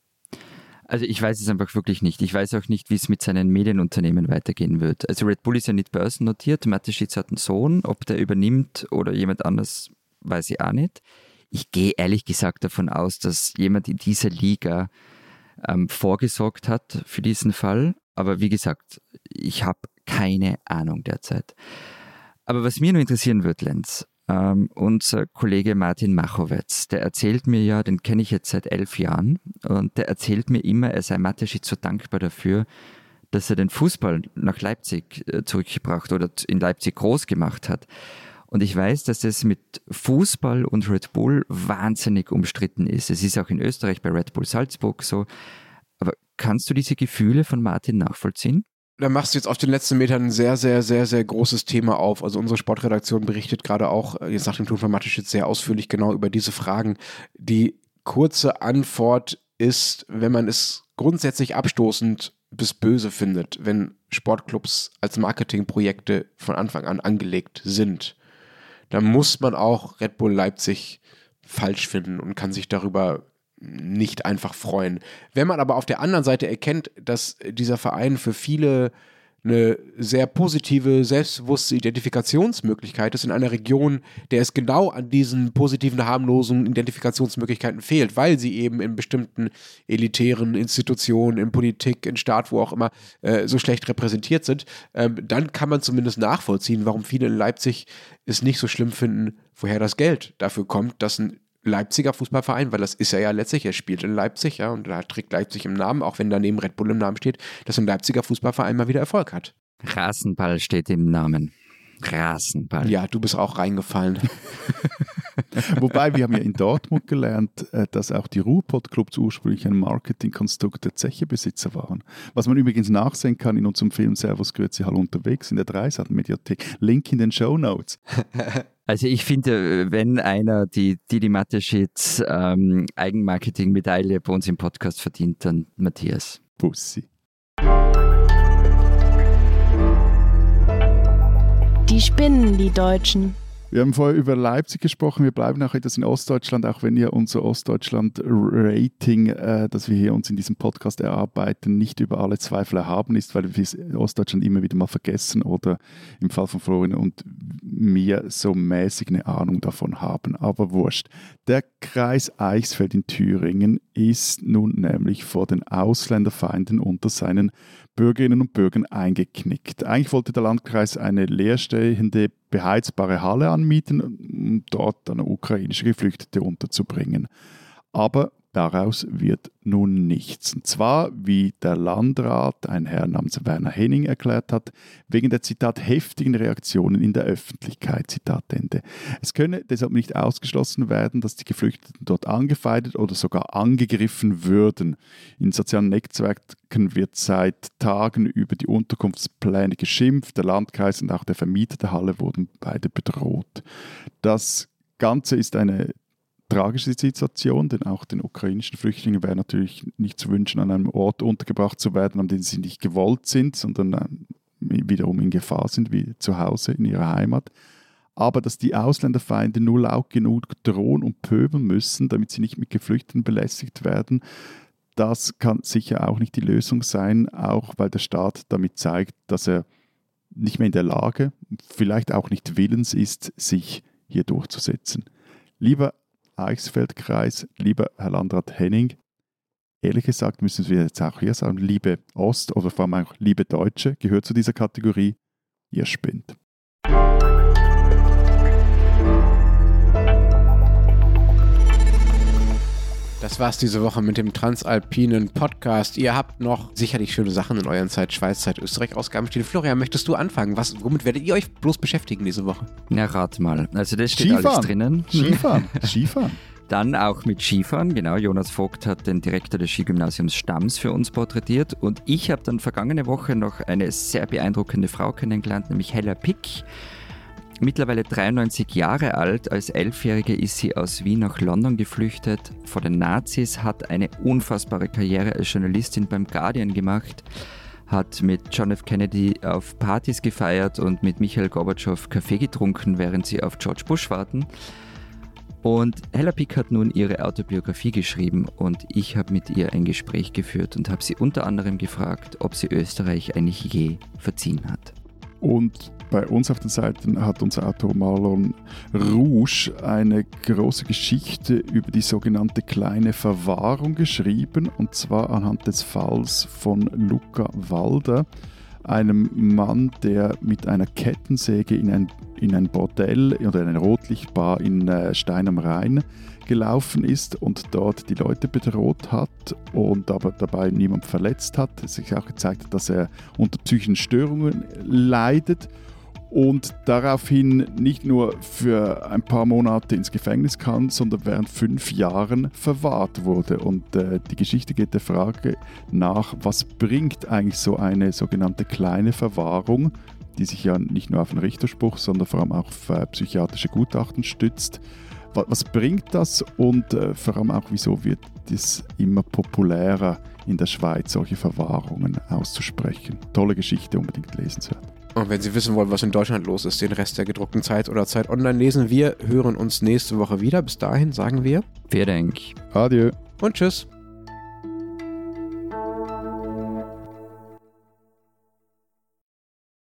Also ich weiß es einfach wirklich nicht. Ich weiß auch nicht, wie es mit seinen Medienunternehmen weitergehen wird. Also Red Bull ist ja nicht börsennotiert. Mateschitz hat einen Sohn. Ob der übernimmt oder jemand anders, weiß ich auch nicht. Ich gehe ehrlich gesagt davon aus, dass jemand in dieser Liga vorgesorgt hat für diesen Fall. Aber wie gesagt, ich habe keine Ahnung derzeit. Aber was mir nur interessieren wird, Lenz, unser Kollege Martin Machowetz, der erzählt mir ja, den kenne ich jetzt seit 11 Jahren, und der erzählt mir immer, er sei Mateschitz so dankbar dafür, dass er den Fußball nach Leipzig zurückgebracht oder in Leipzig groß gemacht hat. Und ich weiß, dass es mit Fußball und Red Bull wahnsinnig umstritten ist. Es ist auch in Österreich bei Red Bull Salzburg so. Aber kannst du diese Gefühle von Martin nachvollziehen? Da machst du jetzt auf den letzten Metern ein sehr, sehr, sehr, sehr großes Thema auf. Also unsere Sportredaktion berichtet gerade auch, jetzt nach dem Tod von Mateschitz, sehr ausführlich genau über diese Fragen. Die kurze Antwort ist, wenn man es grundsätzlich abstoßend bis böse findet, wenn Sportclubs als Marketingprojekte von Anfang an angelegt sind, dann muss man auch Red Bull Leipzig falsch finden und kann sich darüber nicht einfach freuen. Wenn man aber auf der anderen Seite erkennt, dass dieser Verein für viele eine sehr positive, selbstbewusste Identifikationsmöglichkeit ist in einer Region, der es genau an diesen positiven, harmlosen Identifikationsmöglichkeiten fehlt, weil sie eben in bestimmten elitären Institutionen, in Politik, in Staat, wo auch immer, so schlecht repräsentiert sind, dann kann man zumindest nachvollziehen, warum viele in Leipzig es nicht so schlimm finden, woher das Geld dafür kommt, dass ein Leipziger Fußballverein, weil das ist er ja letztlich, er spielt in Leipzig, ja, und da trägt Leipzig im Namen, auch wenn daneben Red Bull im Namen steht, dass ein Leipziger Fußballverein mal wieder Erfolg hat. Rasenball steht im Namen. Rasenball. Ja, du bist auch reingefallen. Wobei, wir haben ja in Dortmund gelernt, dass auch die Ruhrpott-Clubs ursprünglich ein Marketingkonstrukt der Zechebesitzer waren. Was man übrigens nachsehen kann in unserem Film Servus Grüezi Hallo unterwegs in der Dreisat-Mediathek. Link in den Shownotes. Also ich finde, wenn einer die Mateschitz Eigenmarketing-Medaille bei uns im Podcast verdient, dann Matthias. Pussy. Die spinnen, die Deutschen. Wir haben vorher über Leipzig gesprochen, wir bleiben auch etwas in Ostdeutschland, auch wenn ja unser Ostdeutschland-Rating, das wir hier uns in diesem Podcast erarbeiten, nicht über alle Zweifel erhaben ist, weil wir Ostdeutschland immer wieder mal vergessen oder im Fall von Florian und mir so mäßig eine Ahnung davon haben. Aber wurscht. Der Kreis Eichsfeld in Thüringen ist nun nämlich vor den Ausländerfeinden unter seinen Bürgerinnen und Bürgern eingeknickt. Eigentlich wollte der Landkreis eine leerstehende, beheizbare Halle anmieten, um dort dann ukrainische Geflüchtete unterzubringen. Aber daraus wird nun nichts. Und zwar, wie der Landrat, ein Herr namens Werner Henning, erklärt hat, wegen der, Zitat, heftigen Reaktionen in der Öffentlichkeit, Zitat Ende. Es könne deshalb nicht ausgeschlossen werden, dass die Geflüchteten dort angefeindet oder sogar angegriffen würden. In sozialen Netzwerken wird seit Tagen über die Unterkunftspläne geschimpft. Der Landkreis und auch der Vermieter der Halle wurden beide bedroht. Das Ganze ist eine tragische Situation, denn auch den ukrainischen Flüchtlingen wäre natürlich nicht zu wünschen, an einem Ort untergebracht zu werden, an dem sie nicht gewollt sind, sondern wiederum in Gefahr sind, wie zu Hause in ihrer Heimat. Aber dass die Ausländerfeinde nur laut genug drohen und pöbeln müssen, damit sie nicht mit Geflüchteten belästigt werden, das kann sicher auch nicht die Lösung sein, auch weil der Staat damit zeigt, dass er nicht mehr in der Lage, vielleicht auch nicht willens ist, sich hier durchzusetzen. Lieber Eichsfeldkreis, lieber Herr Landrat Henning, ehrlich gesagt müssen wir jetzt auch hier sagen, liebe Ost- oder vor allem auch liebe Deutsche, gehört zu dieser Kategorie, ihr spinnt. Das war's diese Woche mit dem Transalpinen Podcast. Ihr habt noch sicherlich schöne Sachen in euren Schweiz-Zeit, Österreich-Ausgaben stehen. Florian, möchtest du anfangen? Womit werdet ihr euch bloß beschäftigen diese Woche? Na, rat mal. Also das steht alles drinnen. Skifahren. Dann auch mit Skifahren, genau. Jonas Vogt hat den Direktor des Skigymnasiums Stams für uns porträtiert. Und ich habe dann vergangene Woche noch eine sehr beeindruckende Frau kennengelernt, nämlich Hella Pick. Mittlerweile 93 Jahre alt, als 11-Jährige ist sie aus Wien nach London geflüchtet vor den Nazis, hat eine unfassbare Karriere als Journalistin beim Guardian gemacht, hat mit John F. Kennedy auf Partys gefeiert und mit Michael Gorbatschow Kaffee getrunken, während sie auf George Bush warten. Und Hella Pick hat nun ihre Autobiografie geschrieben und ich habe mit ihr ein Gespräch geführt und habe sie unter anderem gefragt, ob sie Österreich eigentlich je verziehen hat. Und bei uns auf den Seiten hat unser Autor Marlon Rouge eine große Geschichte über die sogenannte kleine Verwahrung geschrieben, und zwar anhand des Falls von Luca Walder, einem Mann, der mit einer Kettensäge in ein Bordell oder eine Rotlichtbar in Stein am Rhein gelaufen ist und dort die Leute bedroht hat und aber dabei niemand verletzt hat. Es sich auch gezeigt hat, dass er unter psychischen Störungen leidet und daraufhin nicht nur für ein paar Monate ins Gefängnis kann, sondern während 5 Jahren verwahrt wurde. Und die Geschichte geht der Frage nach, was bringt eigentlich so eine sogenannte kleine Verwahrung, die sich ja nicht nur auf einen Richterspruch, sondern vor allem auch auf psychiatrische Gutachten stützt. Was bringt das und vor allem auch, wieso wird es immer populärer in der Schweiz, solche Verwahrungen auszusprechen? Tolle Geschichte, unbedingt lesenswert. Und wenn Sie wissen wollen, was in Deutschland los ist, den Rest der gedruckten Zeit oder Zeit Online lesen. Wir hören uns nächste Woche wieder. Bis dahin sagen wir Vielen Dank. Adieu. Und tschüss.